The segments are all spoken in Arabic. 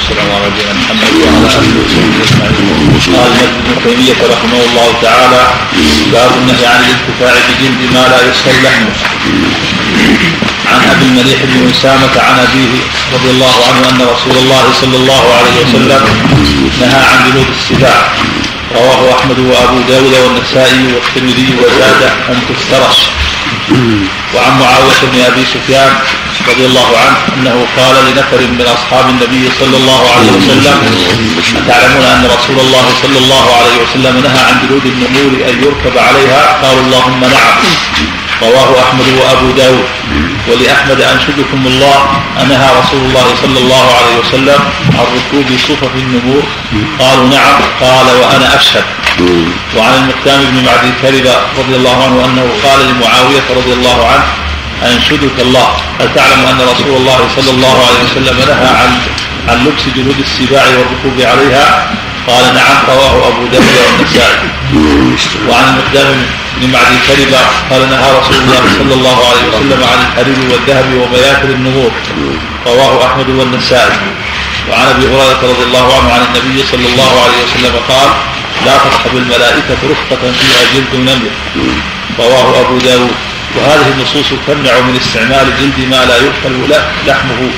والسلام على نبينا محمد وعلى اله وصحبه اجمعين. قال ابن تيمية رحمه الله تعالى: باب النهي عن الانتفاع بجلد ما لا يسهل لحمه. عن ابي المليح بن أسامة عن ابيه رضي الله عنه ان رسول الله صلى الله عليه وسلم نهى عن جلود السباع. رواه احمد وابو داود والنسائي والترمذي وزاد ان تفترش. وعن معاوية بن ابي سفيان رضي الله عنه انه قال لنفر من اصحاب النبي صلى الله عليه وسلم: أتعلمون ان رسول الله صلى الله عليه وسلم نهى عن جلود النمور ان يركب عليها؟ قالوا: اللهم نعم. رواه احمد وابو داود. ولأحمد: أنشدكم الله، أنهى رسول الله صلى الله عليه وسلم عن ركوب صفف النمور؟ قالوا: نعم. قال: وأنا أشهد. وعن المقدام بن معدي كربة رضي الله عنه أنه قال لمعاوية رضي الله عنه: أنشدك الله، هل تعلم أن رسول الله صلى الله عليه وسلم نهى عن لبس جلود السباع والركوب عليها؟ قال: نعم. رواه أبو داود والنسائي. وعن المقدام بن معدي كربة قال: نهى رسول الله صلى الله عليه وسلم عن الحرير والذهب ومياثر النمور. رواه أحمد والنسائي. وعن أبي هريرة رضي الله عنه عن النبي صلى الله عليه وسلم قال: لا تصحب الملائكة رفقة فيها جلد نمر. رواه أبو داود. وهذه النصوص تمنع من استعمال جلد ما لا يؤكل لحمه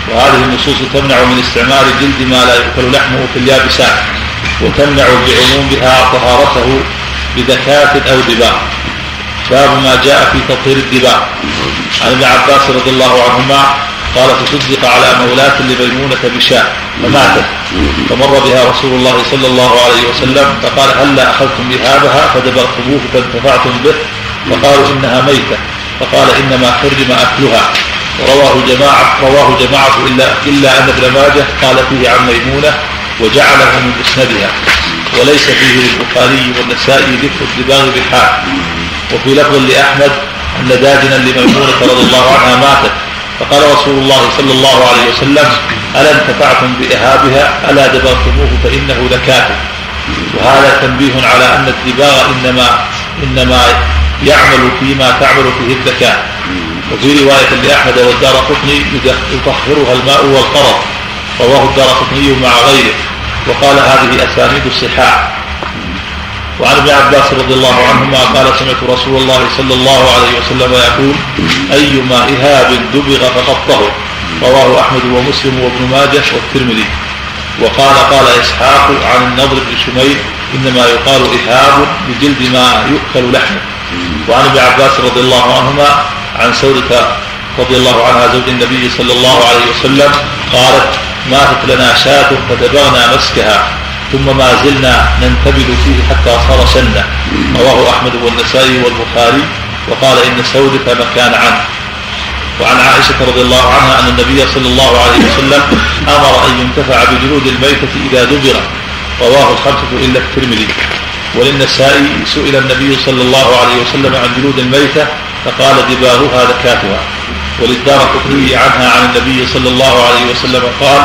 في اليابسات، وتمنع بعمومها طهارته بذكاة أو دباغ. باب ما جاء في تطهير الدباغ. عن ابن عباس رضي الله عنهما قال: تصدق على مولاة لميمونة بشاة فماتت، فمر بها رسول الله صلى الله عليه وسلم فقال: هلا أخذتم بهابها فدبغتموه فانتفعتم به؟ فقالوا: إنها ميتة. فقال: إنما حرم أكلها. رواه جماعة إلا أن ابن ماجه قال فيه عن ميمونة وجعله من مسندها، وليس فيه للبخاري والنسائي ذكر الدباغ بالحال. وفي لفظ لأحمد أن داجنا لميمونة رضي الله عنها ماتت، فقال رسول الله صلى الله عليه وسلم: ألا انتفعتم بإهابها؟ ألا دبغتموه فإنه لكافر. وهذا تنبيه على أن الدباغ إنما يعمل فيما تعمل فيه الذكاء. وفي رواية لأحمد والدارقطني: يطهرها الماء والقرض. رواه الدارقطني مع غيره، وقال: هذه أسانيد الصحاح. وعن ابن عباس رضي الله عنهما قال: سمعت رسول الله صلى الله عليه وسلم يقول: أيما إهاب دبغ فقد طهر. رواه أحمد ومسلم وابن ماجه والترمذي. قال إسحاق عن النضر بن شميل: إنما يقال إهاب بجلد ما يؤكل لحمه. وعن ابن عباس رضي الله عنهما عن سودة رضي الله عنها زوج النبي صلى الله عليه وسلم قالت: ماتت لنا شاة فدبغنا مسكها، ثم ما زلنا ننتبل فيه حتى صار سنة. رواه أحمد والنسائي والبخاري. وقال: إن سودة مكان عنه. وعن عائشة رضي الله عنها أن النبي صلى الله عليه وسلم أمر أن ينتفع بجلود الميتة إذا دبغ. رواه الخمسة إلا الترمذي. وللنسائي: سئل النبي صلى الله عليه وسلم عن جلود الميتة فقال: دباغها ذكاتها. وللدارقطني عنها عن النبي صلى الله عليه وسلم قال: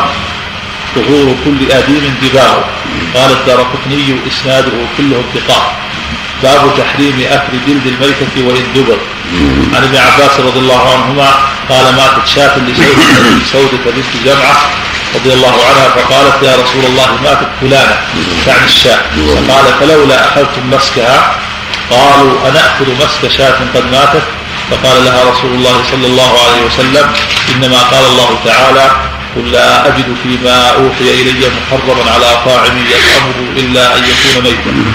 ظهور كل آديم دباغه. قال الدارقطني: إسناده كله ثقات. باب تحريم أكل جلد الميتة وإن دبغ. عن ابن عباس رضي الله عنهما قال: ماتت شاة لسودة بنت جمعة رضي الله عنها، فقالت: يا رسول الله، ماتت فلانة، تعني الشاة. فقال: فلولا أخذتم مسكها؟ قالوا: أنأخذ مسك شاة قد ماتت؟ فقال لها رسول الله صلى الله عليه وسلم: إنما قال الله تعالى: قل لا أجد فيما أوحي إلي محرما على طاعم يطعمه إلا أن يكون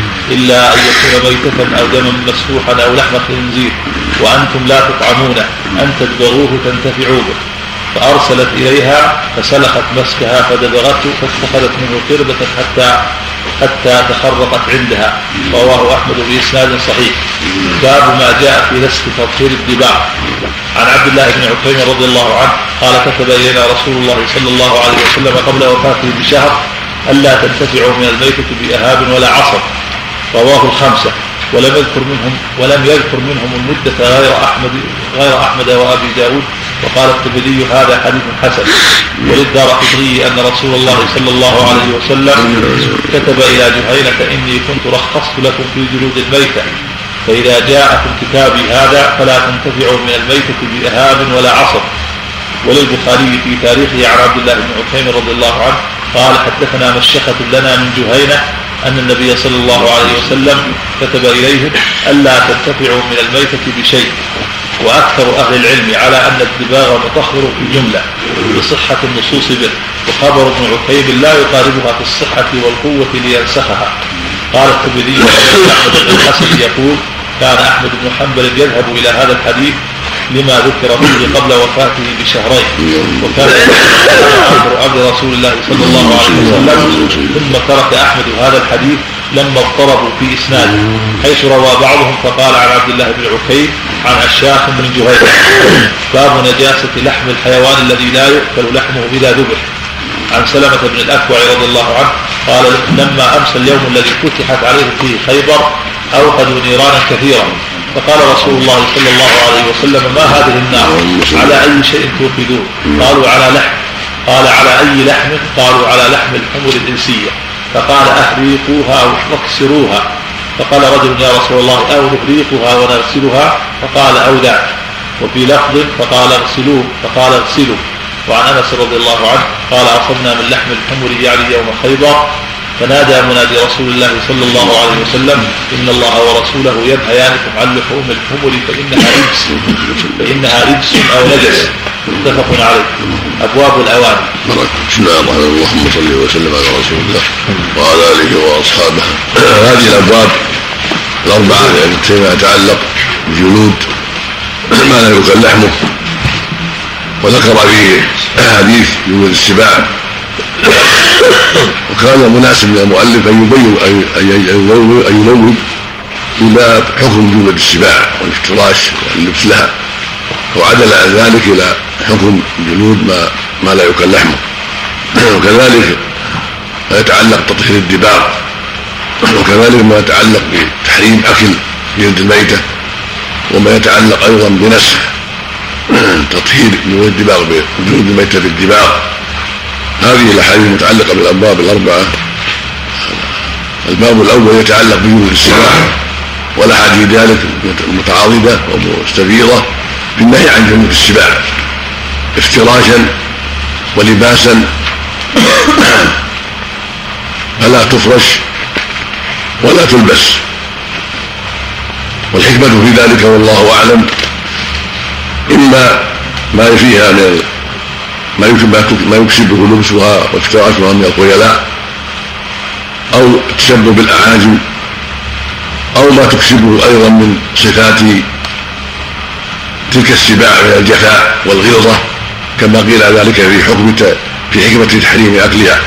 ميتة أو دما مسفوحا أو لحم خنزير، وأنتم لا تطعمونه، أن تدبغوه تنتفعوا به. فأرسلت إليها فسلخت مسكها فدبغته، فاتخذت منه قربة حتى تخرقت عندها. رواه أحمد بإسناد صحيح. باب ما جاء في نسك تطهير الدباغ. عن عبد الله بن عكيم رضي الله عنه قال: كتب إلينا رسول الله صلى الله عليه وسلم قبل وفاته بشهر ألا تنتفعوا من الميتة بإهاب ولا عصب. رواه الخمسة، ولم يذكر منهم المدة غير أحمد وأبي داود. وقال الترمذي: هذا حديث حسن. وللدارقطني أن رسول الله صلى الله عليه وسلم كتب إلى جهينة: إني كنت رخصت لكم في جلود الميتة، فإذا جاءكم كتابي هذا فلا تنتفعوا من الميتة بإهاب ولا عصب. وللبخاري في تاريخه عن عبد الله بن عكيم رضي الله عنه قال حدثنا مشخة لنا من جهينة أن النبي صلى الله عليه وسلم كتب إليهم ألا تنتفعوا من الميتة بشيء، وأكثر أهل العلم على أن الدباغ مطهر في الجملة بصحة النصوص به، وخبر ابن عكيم لا يقاربها في الصحة والقوة لينسخها. قال الترمذي أحمد بن الحسن يقول كان أحمد بن حنبل يذهب إلى هذا الحديث لما ذكر فيه قبل وفاته بشهرين، وكان آخر عبد رسول الله صلى الله عليه وسلم، ثم ترك أحمد هذا الحديث لما اضطربوا في إسناده، حيث روى بعضهم فقال عن عبد الله بن عكيم عن عشاخ بن جهينة باب نجاسة لحم الحيوان الذي لا يؤكل لحمه إذا ذبح. عن سلمة بن الأكوع رضي الله عنه قال لما أمس اليوم الذي فتحت عليه فيه خيبر أوقدوا نيرانا كثيرا، فقال رسول الله صلى الله عليه وسلم ما هذه النار؟ على أي شيء توقدون؟ قالوا على لحم. قال على أي لحم؟ قالوا على لحم الحمر الإنسية. فقال أهريقوها أو اكسروها. فقال رجل يا رسول الله أو نهريقها ونغسلها؟ فقال أو ذاك. وفي لفظ فقال اغسلوه، فقال اغسلوا. وعن أنس رضي الله عنه قال أصبنا من لحم الحمر يعني يوم خيبر، فنادى منادي رسول الله صلى الله عليه وسلم إن الله ورسوله ينهيانكم عن لحوم الحمر فإنها رجس أو نجس. متفق عليه. أبواب الأواني. بسم الله الرحمن الرحيم. اللهم صل وسلم على رسول الله وعلى آله وأصحابه. هذه الأبواب الأربعة فيما يتعلق بجلود ما لا يؤكل لحمه، وذكر في حديث جلود السباع، وكان مناسب للمؤلف أن ينوب إلى حكم جلود السباع والافتراش واللبس لها، وعدل عن ذلك إلى حكم جلود ما لا يؤكل لحمه. وكذلك ما يتعلق بتطهير الدباغ، وكذلك ما يتعلق بتحريم أكل جلد الميتة، وما يتعلق أيضا بنسخ تطهير جلود الدباغ بجلود الميتة بالدباغ. هذه الأحاديث المتعلقة بالأبواب الأربعة. الباب الأول يتعلق بجلود السباع، والأحاديث ذلك متعاضدة ومستفيضة في النهي عن جلود السباع افتراشا ولباسا، فلا تفرش ولا تلبس. والحكمة في ذلك والله أعلم إما ما فيها من ما يكسبه لبسها وافتراشها من الخيلاء، أو تشبه بالأعاجم، أو ما تكسبه أيضا من صفات تلك السباع من الجفاء والغلظة، كما قيل ذلك في حكمة تحريم أكلها.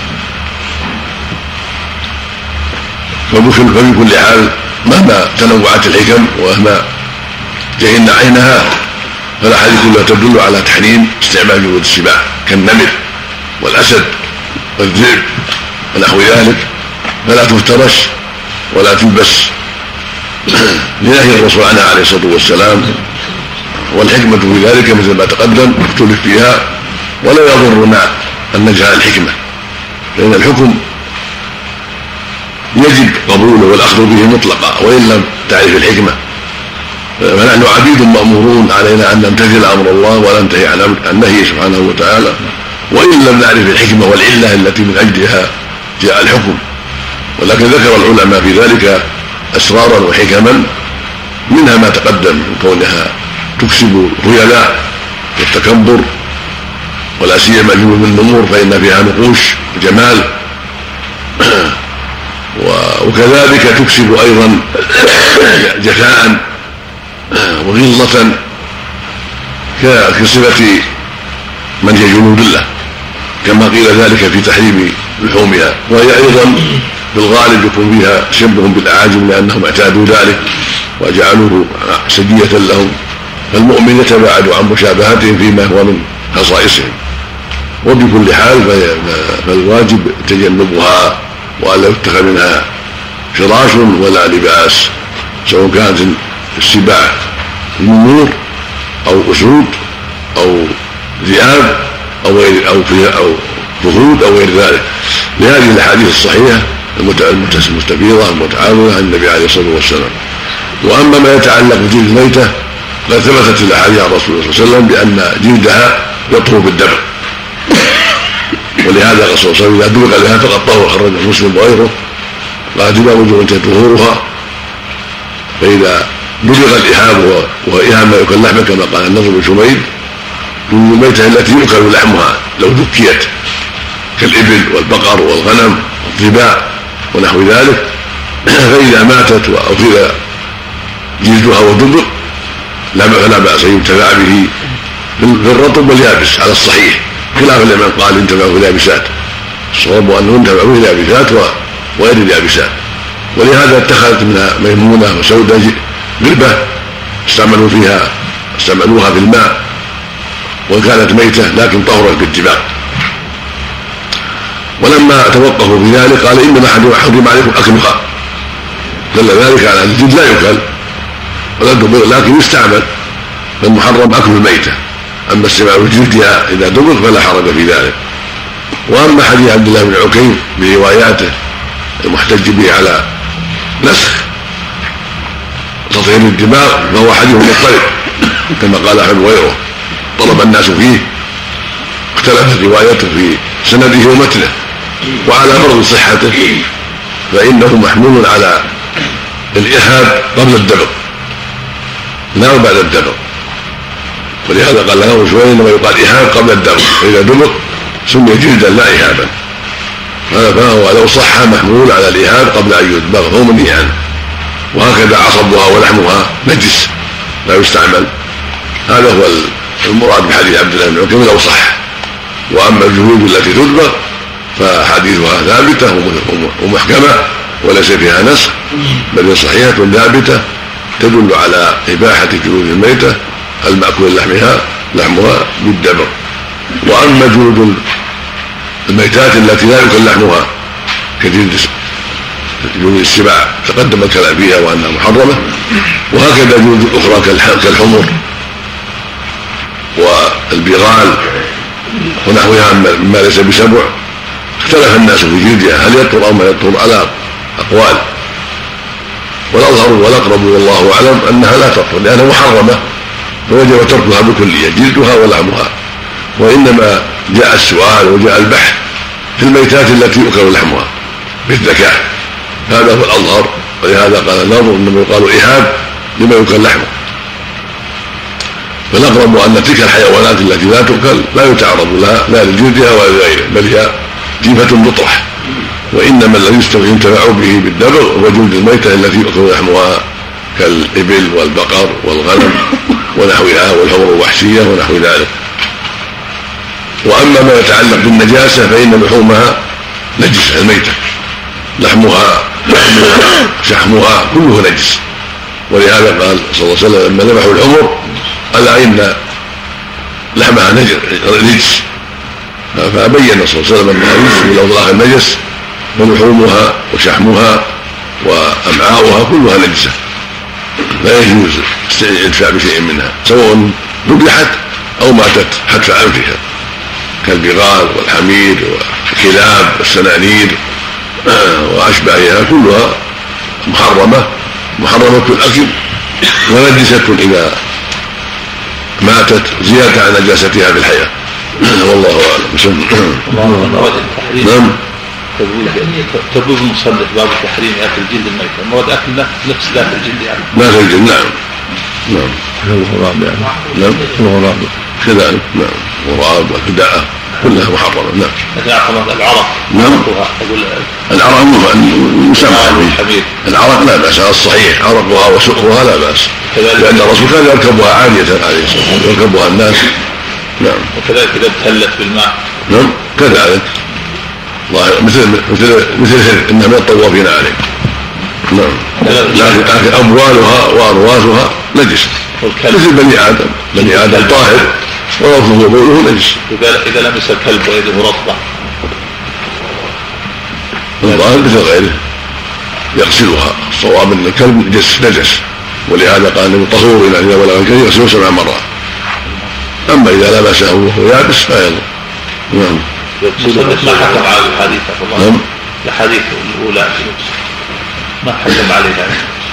ففي كل حال مهما تنوعت الحكم ومهما جهلنا عينها، فالأحاديث كلها تدل على تحريم استعمال جلود السباع كالنمر والأسد والذئب ونحو ذلك، فلا تفترش ولا تلبس لنهي الرسول عنها عليه الصلاة والسلام. والحكمة في ذلك مثل ما تقدم اختلف فيها، ولا يضرنا أن نجهل الحكمة، لأن الحكم يجب قبوله والأخذ به مطلقا وإن لم تعرف الحكمة. فنحن عبيد مأمورون، علينا أن نمتثل أمر الله ولا ننتهي عن النهي سبحانه وتعالى، وإن لم نعرف الحكمة والعلة التي من أجلها جاء الحكم. ولكن ذكر العلماء في ذلك أسرارا وحكما، منها ما تقدم من كونها تكسب الخيلاء والتكبر، ولا سيما جلود النمور فإن فيها نقوش وجمال، وكذلك تكسب أيضا جفاء وغلظة كصفة من هي جنود الله، كما قيل ذلك في تحريم لحومها. وهي أيضا بالغالب يكون فيها شبه بالأعاجم لأنهم اعتادوا ذلك وجعلوه سجية لهم، فالمؤمن يتباعد عن مشابهتهم فيما هو من خصائصهم. وبكل حال فالواجب تجنبها، وألا يتخذ منها فراش ولا لباس، سواء كانت السباع نمور أو أسود أو ذئاب أو فهود أو غير ذلك، لهذه الأحاديث الصحيحة المستفيضة المتعاونة عن النبي عليه الصلاة والسلام. وأما ما يتعلق بجلد الميتة قد ثبتت الأحاديث عن الرسول صلى الله عليه وسلم بأن جلدها يطهر بالدم، ولهذا قال صلى الله عليه وسلم: إذا دبغ لها فقد طهر، خرجه مسلم وغيره. قال: دباغ وجوه طهورها. فإذا دبغ الإهاب وإهاب ما يؤكل لحمه كما قال النضر بن شميل من الميتة التي يؤكل لحمها لو ذكيت كالإبل والبقر والغنم والظباء ونحو ذلك، فإذا ماتت وأكل جلدها ودبغ فلا بأس أن ينتفع به بالرطب واليابس على الصحيح، خلاف لمن قال ينتفع باليابسات. الصواب أنه ينتفع باليابسات وغير اليابسات. ولهذا اتخذت منها ميمونة وسودة قربة استعملوها في الماء وكانت ميتة لكن طهرت بالدماغ. ولما توقفوا في ذلك قال: إنما حرم عليكم أكلها، دل ذلك على أن الجلد لا يؤكل ولا دبغ لكن يستعمل، فالمحرم أكل الميتة، أما استعمال جلدها إذا دبغ فلا حرج في ذلك. وأما حديث عبد الله بن عكيم برواياته المحتج به على نسخ تطهير الدماغ فهو حديث مضطرب كما قال أحمد وغيره، طلب الناس فيه، اختلفت روايته في سنده ومتنه، وعلى فرض صحته فإنه محمول على الإهاب قبل الدبغ لا بعد الدبغ. ولهذا قال له شوية: إنما يقال إهاب قبل الدبغ، فإذا دبغ سمي جلدا لا إهابا. فهو لو صح محمول على الإهاب قبل أن يدبغ فهو منهي عنه. وهكذا عصبها ولحمها نجس لا يستعمل، هذا هو المراد بحديث عبد الله بن عكيم لو صح. وأما الجلود التي تدبغ فحديثها ثابتة ومحكمة وليس فيها نسخ، بل صحيحة ثابتة تدل على إباحة جلود الميتة المأكول لحمها بالدبغ. وأما جلود الميتات التي لا يؤكل لحمها كجلود السباع تقدم الكلام فيها وأنها محرمة، وهكذا جلود الأخرى كالحمر والبغال ونحوها مما ليس بسبع، اختلف الناس في جلدها هل يطهر أو ما يطهر على أقوال، والأظهر والأقرب والله أعلم أنها لا تطهر لأنها محرمة فوجب تركها بكلية جلدها ولحمها. وإنما جاء السؤال وجاء البحث في الميتات التي يؤكل لحمها بالذكاء، هذا هو الأظهر. ولهذا قال الناظر: إنما يقال إهاب لما يؤكل لحمه. فالأقرب أن تلك الحيوانات التي لا تؤكل لا يتعرض لها لا لجلدها ولا لغيره، بل هي جيفة مطرح. وإنما الذي ينتفع به بالدبغ هو جلد الميتة التي يؤكل لحمها كالإبل والبقر والغنم ونحوها والحمر الوحشية ونحو ذلك. وأما ما يتعلق بالنجاسة فإن لحومها نجسة الميتة، لحمها شحمها كله نجس. ولهذا قال صلى الله عليه وسلم لما ذبحوا الحمر: ألا إن لحمها نجس، فبين صلى الله عليه وسلم أنها نجس من أوضاع النجس، ولحومها وشحمها وأمعاؤها كلها نجسة، لا يجوز الانتفاع بشيء منها سواء ذبحت أو ماتت حتى أنفها كالبغال والحمير والكلاب والسنانير وأشباهها، كلها محرمة الأكل ونجسة إذا ماتت زيادة عن نجاستها في الحياة. والله أعلم. نعم. تبويب المصنف باب تحريم أكل جلد الميتة، مراد أكل نفس ذات الجلد يعني. لا في الجلد. نعم. الغراب يعني. نعم. الغراب كذلك. نعم. الغراب والفداءة كلها محرمة. نعم. لكن أعتقد العرق. نعم. العرق مسمى العرق لا بأس، الصحيح عرقها وسقها لا بأس، لأن الرسول كان يركبها عادية عليه الصلاة والسلام، يركبها الناس. نعم. وكذلك إذا ابتلت بالماء. نعم كذلك. مثل إنها من الطوافين عليه. نعم. لكن أبوالها وأرواثها نجس مثل بني آدم طاهر ورفضه وبوله نجس. إذا لمس الكلب ويده رطبة الظاهر مثل غيره يغسلها، الصواب أن الكلب نجس، ولهذا قال النبي: طهور إذا بلغ الكلب يغسله 7 مرات. أما إذا لمسه وهو يابس فيضر. نعم. ما حكم على الحديث نعم. الحديث الأولى ما حكم عليها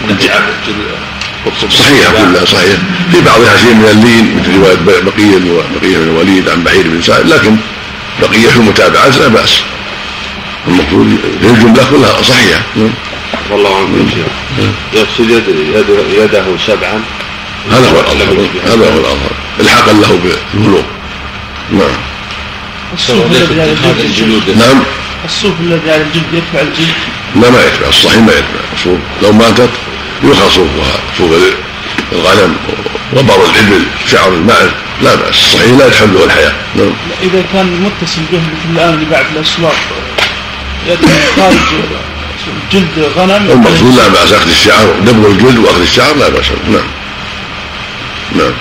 صحيح كلها صحيح، في بعضها شيء من اللين مثل رواية بقية بن الوليد عن بحير بن سعد، لكن بقية المتابعات لا بأس. المفروض الجملة كلها صحيحة. والله عنكم يغسل يده 7. هذا هو الأظهر الحقا له بالبلوغ. نعم. الصوف الذي على الجلد. نعم. الصوف الذي على الجلد يدفع الجلد؟ لا ما يدفع، الصحيح ما يدفع. الصوف لو ماتت يرخى صوفها، صوف الغنم وبر الإبل شعر الماعز لا بأس، الصحيح لا يدخل له الحياة. نعم. إذا كان متصل به مثل الآن اللي بعد الأسواق يدخل خارج جلد غنم المقصود لا بأس أخذ الشعر، دبغ الجلد وأخذ الشعر لا بأس. نعم. نعم.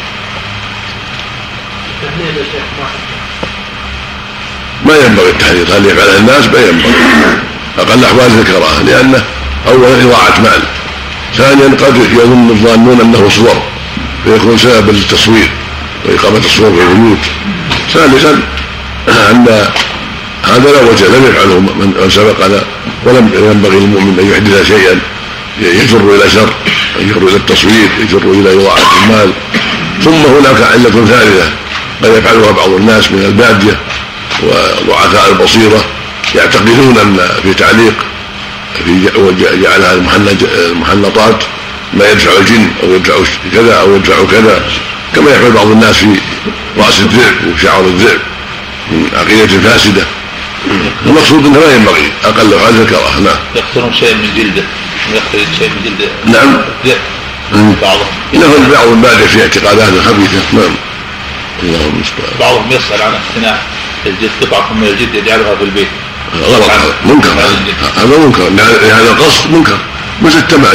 ما ينبغي التحريض، هل يفعلها الناس ما ينبغي، أقل أحوال الكراهة، لأنه أولا إضاعة مال، ثانيا قد يظن الظانون أنه صور فيكون سبب للتصوير وإقامة الصور في البيوت، ثالثا أن هذا لا وجه لم يفعله من سبقنا، ولم ينبغي للمؤمن أن يحدث شيئا يجر إلى شر، يجر إلى التصوير، يجر إلى إضاعة المال. ثم هناك علة ثالثة قد يفعلها بعض الناس من البادية وضعفاء البصيرة، يعتقدون أن في تعليق في جعلها المحنطات ما يدفع الجن أو يدفع كذا أو يدفع كذا، كما يفعل بعض الناس في رأس الذئب وشعر الذئب من عقيدة فاسدة. المقصود أنه لا ينبغي، أقل حال الكراهة. نعم. يختارون شيء من جلده، يختار شيء من جلده. نعم. بعضهم إنه بعض البادية في اعتقادات خبيثة. نعم. اللهم المستعان. بعضهم يسأل عن اقتناء الجلد، قطعة من الجلد يجعلها في البيت. غلط، منكر، هذا منكر، هذا القصد منكر مثل التمعي.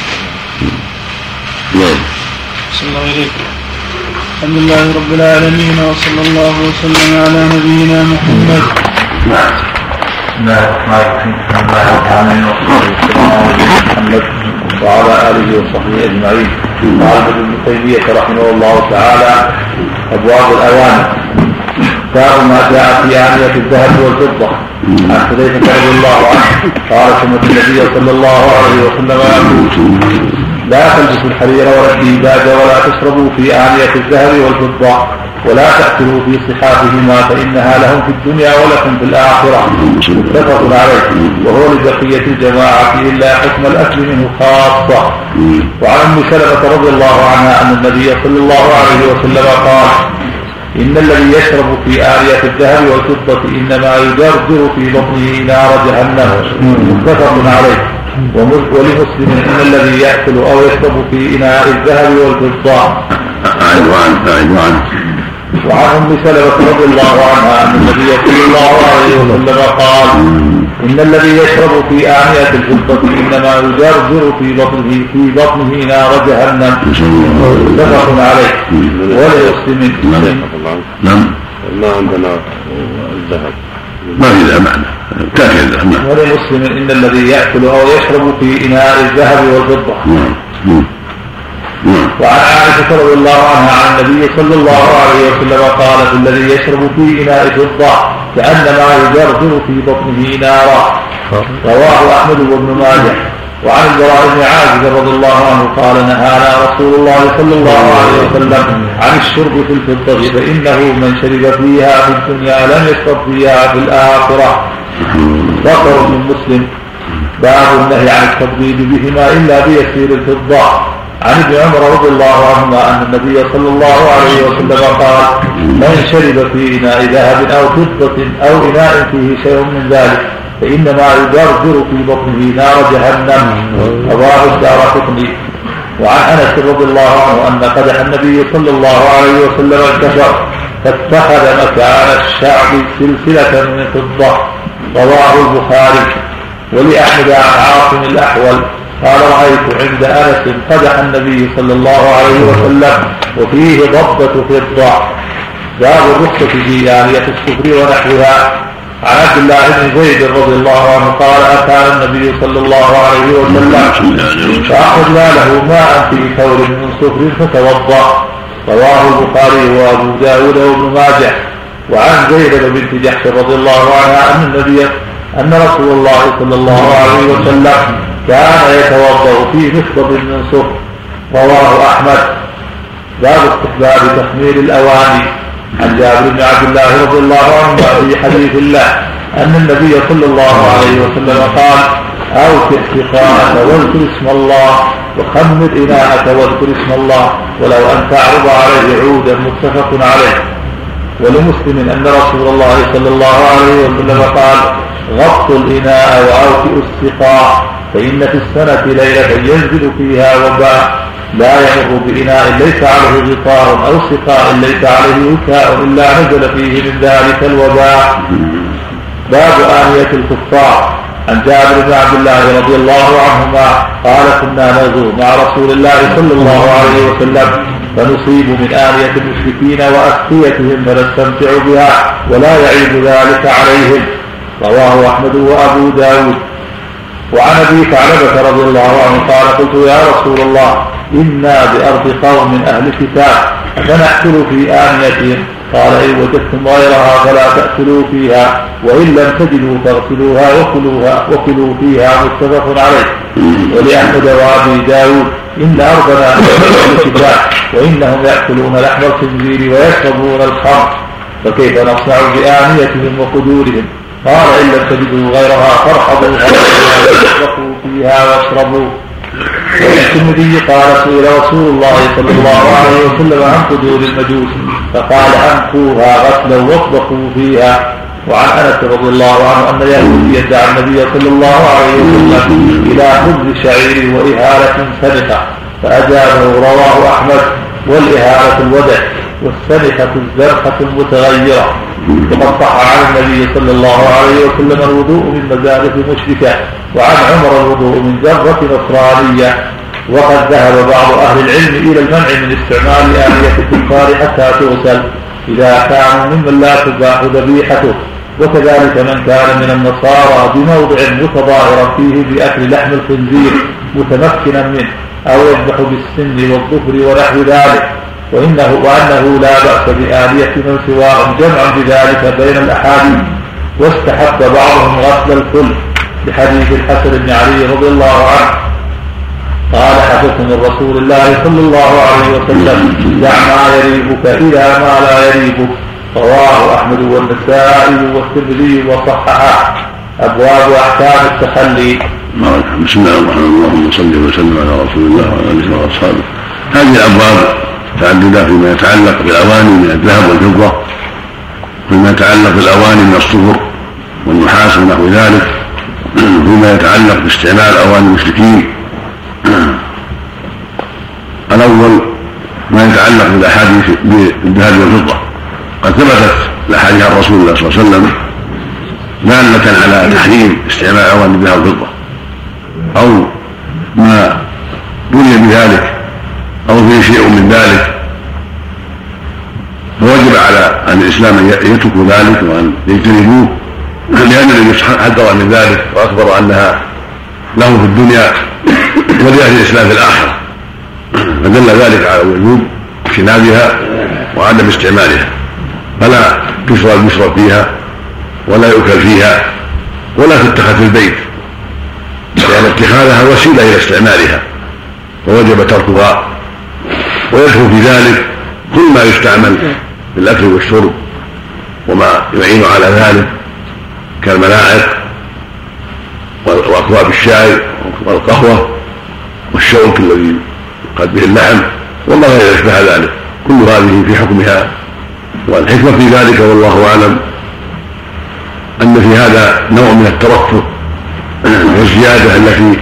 نعم. صلى الله عليه وسلم. الحمد لله رب العالمين، وصلى الله وسلم على نبينا محمد. بسم الله الرحمن الرحيم. الحمد لله رب العالمين، والصلاة والسلام على محمد وعلى آله وصحبه أجمعين. قال ابن تيمية رحمه الله تعالى: أبواب الأواني. باب ما جاء في آنية الذهب والفضة. عن حذيفة رضي الله عنه قال: سمعت النبي صلى الله عليه وسلم يقول: لا تلبسوا الحرير ولا الديباج ولا تشربوا في آنية الذهب والفضة ولا تأكلوا في صحافهما فإنها لهم في الدنيا ولكم في الآخرة. متفق عليه، وهو لبقية الجماعة إلا حكم الأكل منه خاصة. وعن أم سلمة رضي الله عنها أن النبي صلى الله عليه وسلم قال: إن الذي يشرب في آنية الذهب والفضة إنما يجرجر في بطنه نار جهنم. متفق عليه. ولمسلم: إن الذي يأكل أو يشرب في إناء الذهب والفضة. وعن أم سلمة رضي الله عنها أن النبي صلى الله عليه وسلم قال: إن الذي يشرب في آنية الفضة إنما يجرجر في بطنه نار جهنم. متفق عليه. ولمسلم: ما عندنا الذهب، ما في ذا معنى. ولمسلم: إن الذي يأكل أو يشرب في إناء الذهب والفضة. وعن عائشة رضي الله عنها عن النبي صلى الله عليه وسلم قالت: الذي يشرب في إناء فضة كأنما يجرجر في بطنه نارا. رواه أحمد وابن ماجه. وعن البراء بن عازب رضي الله عنه قال: نهانا رسول الله صلى الله عليه وسلم عن الشرب في الفضة فإنه من شرب فيها في الدنيا لم يشرب فيها في الآخرة. ذكر من مسلم. باب النهي عن التفضيل بهما إلا بيسير الفضة. عن ابن عمر رضي الله عنهما أن النبي صلى الله عليه وسلم قال: من شرب في إناء ذهب أو فضة أو إناء فيه شيء من ذلك فإنما يجرجر في بطنه نار جهنم. رواه الدارقطني. وعن أنس رضي الله عنه أن قدح النبي صلى الله عليه وسلم انكسر فاتخذ مكان الشعب سلسلة من فضة. رواه البخاري. ولأحمد عن عاصم الأحول قال: رأيت عند أنس قدح النبي صلى الله عليه وسلم وفيه ضبة فضة. باب الرخصة في آنية السفر ونحوها. عن عبد الله بن زيد رضي الله عنه قال: أتانا النبي صلى الله عليه وسلم فأخذنا له ماء في ثور من صفر فتوضأ. رواه البخاري وأبو داود وابن ماجه. وعن زينب بنت جحش رضي الله عنها أن رسول الله صلى الله عليه وسلم كان يتوضأ في مخضب من صفر. رواه أحمد. باب استحباب تخمير الأواني. عن جابر بن عبد الله رضي الله عنه في حديث الله أن النبي صلى الله عليه وسلم قال: أوكئ سقاءك واذكر اسم الله، وخمر إناءك واذكر اسم الله، ولو أن تعرض عليه عودا. متفق عليه. ولمسلم أن رسول الله صلى الله عليه وسلم قال: غطوا الإناء وأوكئوا السقاء، فإن في السنة ليلة ينزل فيها وباء لا يمر بإناء ليس عليه غطاء أو سقاء ليس عليه وكاء إلا نزل فيه من ذلك الوباء. باب آنية الكفار. عن جابر بن عبد الله رضي الله عنهما قال: كنا نغزو مع رسول الله صلى الله عليه وسلم فنصيب من آنية المشركين وأسقيتهم فنستمتع بها ولا يعيب ذلك عليهم. رواه أحمد وأبو داود. وعن أبي ثعلبة رضي الله عنه قال: قلت يا رسول الله إنا بأرض قوم أهل كتاب أفنأكل في آنيتهم؟ قال: إن وجدتم غيرها فلا تأكلوا فيها، وإن لم تجدوا فاغسلوها وكلوا فيها. متفق عليه. ولأحمد وأبي داود: إن أرضنا أهل كتاب وإنهم يأكلون لحم الخنزير ويشربون الخمر، فكيف نصنع بآنيتهم وقدورهم؟ قال: إن لم تجدوا غيرها فارحضوها واشربوا فيها واشربوا. الترمذي قال: سئل رسول الله صلى الله عليه وسلم عن قدور المجوس فقال: أنقوها غسلا واطبخوا فيها. وعن أنس رضي الله عنه أن يهوديا دعا النبي صلى الله عليه وسلم إلى خبز شعير وإهالة سنخة فأجابه. رواه أحمد. والإهالة الودع والسنخة الزرقة المتغيرة. وقد صح عن النبي صلى الله عليه وسلم الوضوء من مزارع مشركة، وعن عمر الوضوء من جرة نصرانية. وقد ذهب بعض أهل العلم إلى المنع من استعمال آنية الكفار حتى تغسل إذا كانوا ممن لا تباح ذبيحته، وكذلك من كان من النصارى بموضع متظاهرا فيه بأكل لحم الخنزير متمكنا منه، أو يذبح بالسن والظفر ونحو ذلك، وأنه لا بأس بآلية من سواهم، جمعا بذلك بين الأحاديث. واستحب بعضهم غسل الكل بحديث الحسن بن علي رضي الله عنه قال: حدث من رسول الله صلى الله عليه وسلم: دع ما يريبك إلى ما لا يريبك. رواه أحمد والنسائي والترمذي وصححه. أبواب أحكام التخلي. بسم الله الرحمن الرحيم. اللهم صل وسلم على رسول الله وعلى آله وأصحابه. هذه الأبواب متعددة فيما يتعلق بالأواني من الذهب والفضة، فيما يتعلق بالأواني من الصفر والنحاس ونحو ذلك، فيما يتعلق باستعمال أواني المشركين. الأول ما يتعلق بالأحاديث بالذهب والفضة. قد ثبتت الأحاديث عن رسول الله صلى الله عليه وسلم دالة على تحريم استعمال أواني الذهب والفضة، أو ما بني بذلك أو فيه شيء من ذلك، فوجب على أهل الإسلام أن يتركوا ذلك وأن يجتنبوه، لأن النبي حذر من ذلك وأخبر أنها له في الدنيا ولأهل الإسلام في الآخرة، فدل ذلك على وجوب اجتنابها وعدم استعمالها، فلا يشرب فيها ولا يؤكل فيها ولا تتخذ في البيت، لأن اتخاذها وسيلة إلى استعمالها، فوجب تركها. ويدخل في ذلك كل ما يستعمل في الأكل والشرب وما يعين على ذلك كالملاعق وأكواب الشاي والقهوة والشوك الذي قد به اللحم وما غير يشبه ذلك، كل هذه في حكمها. والحكمة في ذلك والله أعلم أن في هذا نوع من الترفه والزيادة التي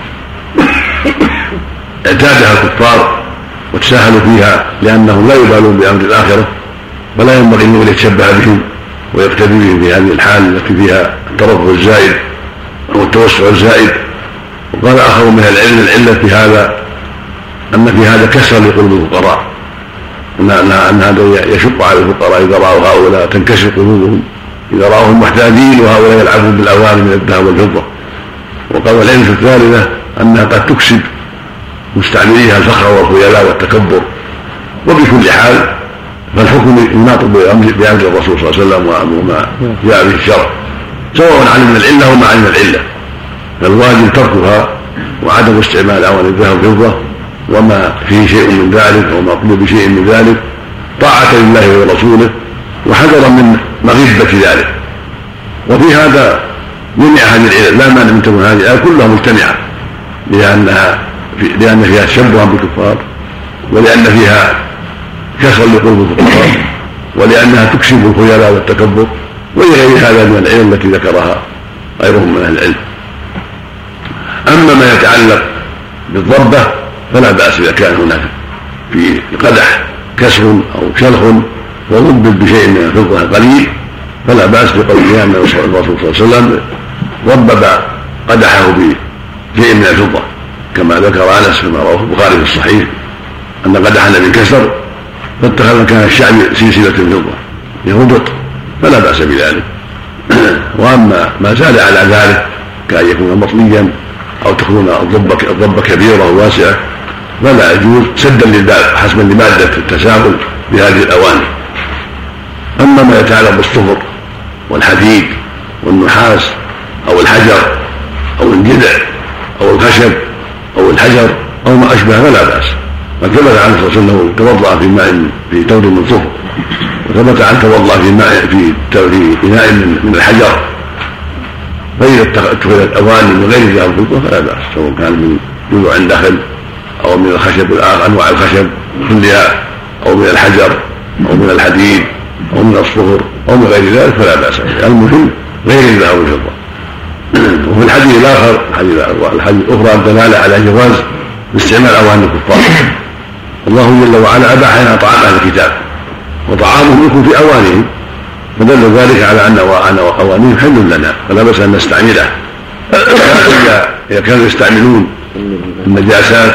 اعتادها الكفار وتساهلوا فيها، لأنهم لا يبالون بأمر الآخرة، ولا ينبغي أن يتشبه بهم ويقتدي بهم في هذه الحال التي فيها الترفه الزائد أو التوسع الزائد. وقال آخر من العلم العلة في هذا أن في هذا كسر لقلوب الفقراء، أن هذا يشق على الفقراء إذا رأوا هؤلاء، تنكسر قلوبهم إذا رأوهم محتاجين وهؤلاء يلعبون بالأواني من الذهب والفضة. وقال العلم في الثالثة أنها قد تكسب مستعمليها الفخر والخيلاء والتكبر. وبكل حال فالحكم يناط بأمر الرسول صلى الله عليه وسلم وما جاء به الشرع، سواء علم العلة وما علم العلة، فالواجب تركها وعدم استعمال أواني الذهب والفضة وما فيه شيء من ذلك وما قبل بشيء من ذلك، طاعة لله ورسوله وحذرا من مغبة ذلك. وفي هذا جميع هذه العلل لا مانع من تكون هذه الآية كلها مجتمعة، لأن فيها تشبها بالكفار، ولأن فيها كسرا لقلوب الكفار، ولأنها تكسب الخيلاء والتكبر، وغير هذا من العلل التي ذكرها غيرهم من أهل العلم. أما ما يتعلق بالضربة فلا بأس إذا كان هناك في القدح كسر أو شلخ وضب بشيء من الفضة قليل فلا بأس بقوله أن الرسول صلى الله عليه وسلم ضبب قدحه بشيء من الفضة، كما ذكر أنس فيما رواه البخاري في الصحيح أن قدح النبي كسر فاتخذ مكان الشعب سلسلة فضة يهبط فلا بأس بذلك. وأما ما زاد على ذلك كأن يكون مطليا أو تكون الضبة كبيرة وواسعة فلا يجوز سدا للباب حسبا لمادة التساهل بهذه الأواني. أما ما يتعلق بالصفر والحديد والنحاس أو الحجر أو الجذع أو الخشب أو الحجر أو ما أشبه فلا بأس. قد ثبت عنه صلى الله عليه وسلم توضأ في ماء في تور من صفر، وثبت عنه توضأ في ماء في إناء من الحجر. فإذا اتخذت أواني من غير ذهب والفضة فلا بأس، سواء كان من جذوع النخل أو من الخشب أنواع الخشب كلها أو من الحجر أو من الحديد أو من الصفر أو من غير ذلك فلا بأس. المهم غير الذهب والفضة. وفي الحديث الآخر الحديث الأخرى دلالة على جواز استعمال أواني الكفار. الله جل وعلا أباح لنا طعام أهل الكتاب وطعامهم يكون في أوانيهم، فدل ذلك على أن أوانيهم حل لنا فلا بأس أن نستعملها. إذا كانوا يستعملون النجاسات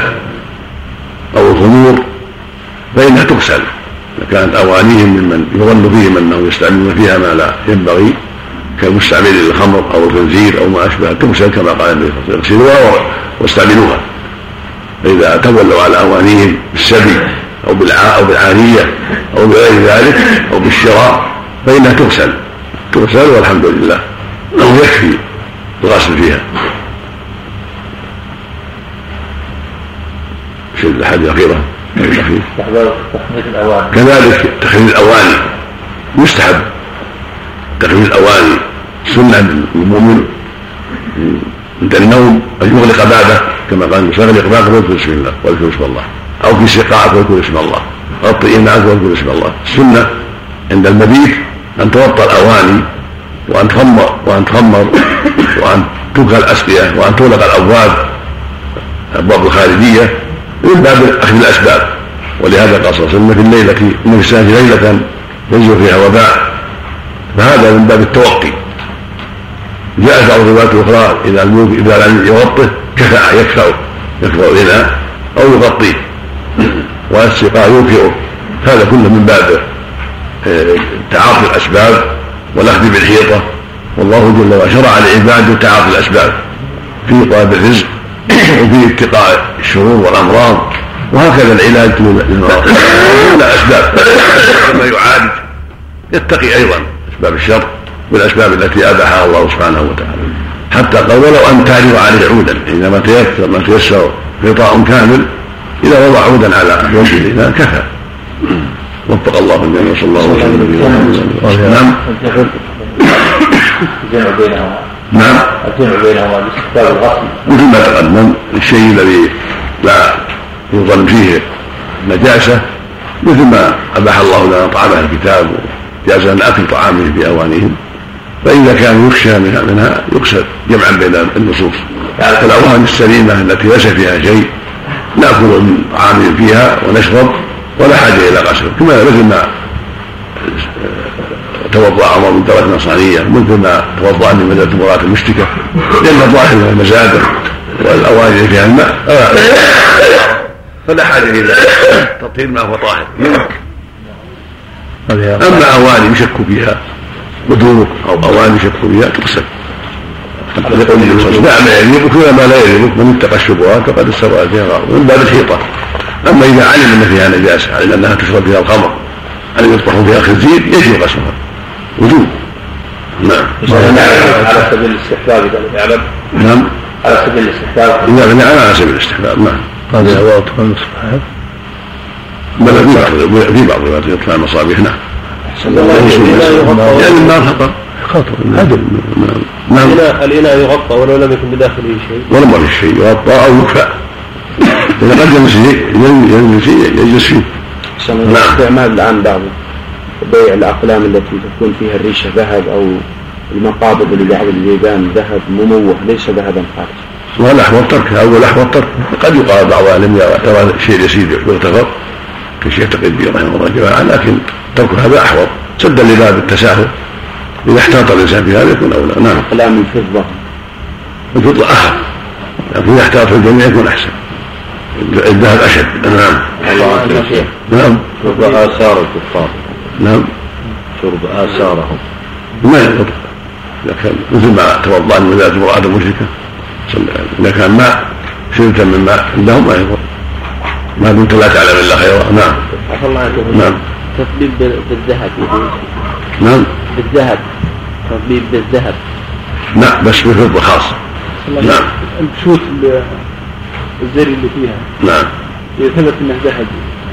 أو الخمور فإنها تغسل. إذا كانت أوانيهم ممن يظن فيهم أنهم يستعملون فيها ما لا ينبغي كالمستعمل للخمر أو الخنزير أو ما أشبه تغسل كما قال النبي صلى الله عليه وسلم اغسلوها واستعملوها. فإذا تولوا على أوانيهم بالسبي أو بالعانية أو بغير ذلك أو بالشراء فإنها تغسل والحمد لله أنه يكفي الغسل فيها. شد الحديث الأخيرة كذلك تخليل الأواني يستحب. تخليل الأواني سنة للمؤمن عند النوم أن يغلق بابه كما قال يغلق بابه ويذكر اسم الله ويذكر اسم الله، أو في سقاء ويذكر اسم الله، غطي إناءك ويذكر اسم الله. السنة عند المبيت أن توطى الأواني وأن تخمر وأن تلقى الأسقية وأن تغلق الأبواب الخارجية من باب أخذ الأسباب. ولهذا قال صلى الله عليه وسلم في الليلة إن في السنة ليلة ينزل فيها وباء، فهذا من باب التوقي. جاءت بعض الروايات الأخرى إذا لم يغطه يكفأ الإناء أو يغطيه، والسقاء يوقعه. هذا كله من باب تعاطي الأسباب والأخذ بالحيطة. والله جل وعلا شرع لعباده تعاطي الأسباب في طلب الرزق وفي اتقاء الشرور والأمراض، وهكذا العلاج للمرض دون أسباب كما يعالج يتقي أيضا أسباب الشر والأسباب التي أباحها الله سبحانه وتعالى. حتى قال ولو أن تعرض عليه عودا، حينما تيسر غطاء كامل إذا وضع عودا على وجه الإناء كفى. وفق الله الجميع صلى الله عليه وسلم. نعم. نعم. الجمع بينهما باستحباب الغسل مثل ما تقدم. الشيء الذي لا يظن فيه نجاسة مثل ما أباح الله لنا طعام أهل الكتاب وجاز لنا أكل طعامهم بأوانيهم، فإذا كان يخشى منها يقصد جمعا بين النصوص. الأواني السليمة التي ليس فيها شيء نأكل من طعامهم فيها ونشرب ولا حاجة إلى غسل، كما مثل ما توضأ عمر من دولة النصرانية، مثل ما توضأ من مدينة المرات المشتكة، لأن الظاهر من المزادة والأواني فيها الماء فلا حاجة إلى تطهير ما هو طاهر. أما أواني يشك فيها بدوق أو أواني يشك فيها تغسل. يقول نعم يجب كل ما لا يجب من اتقى الشبهات فقد استبرأ فيها غرض من باب الحيطة. أما إذا علم أن فيها نجاسة، علم أنها تشرب فيها الخمر، علم يطبخ فيها الخنزير، يجب غسلها وجوب. نعم. على سبيل الاستحباب إذا يعلم. نعم. على سبيل الاستحباب. إذا على سبيل الاستحباب. نعم. هذه أوقات المصباح. بل في بعض الروايات يطفى المصابيح. نعم. يعني النار خطر هدم. نعم. الإناء يغطى ولو لم يكن بداخله شيء، ولا ما في شيء، يغطى أو يكفى، إذا قد يجلس فيه. نعم. استعمال الآن بعض بيع الأقلام التي تكون فيها الريشة ذهب أو المقابض لبعض الجيبان ذهب مموه ليس ذهبا خالص، والأحوط تركها أو الأحوط تركها. قد يقال بعض أهل يرى شيء يسير يغتفر كشيء تقدير رحمه الله جماعة، لكن ترك هذا أحوط سدا لباب التساهل. إذا احتاط الإنسان في هذا يكون أولى. نعم. أقلام الفضة أخف، لكن إذا احتاط في الجميع يكون أحسن. الذهب أشد. نعم. نعم. شرب آثار الكفار. نعم. شرب آثارهم ما يضر إذا كان مثل ما توضأ من ذات امرأة مشركة، إذا كان ماء شربت من ماء عندهم ما يضر ما دمت لا تعلم إلا خيرا. نعم. نعم. تطبيب بالذهب. نعم. بالذهب، تطبيب بالذهب. نعم بس بالفضة خاصة. نعم. البشوت الزر اللي فيها. نعم. يثبت انه ذهب.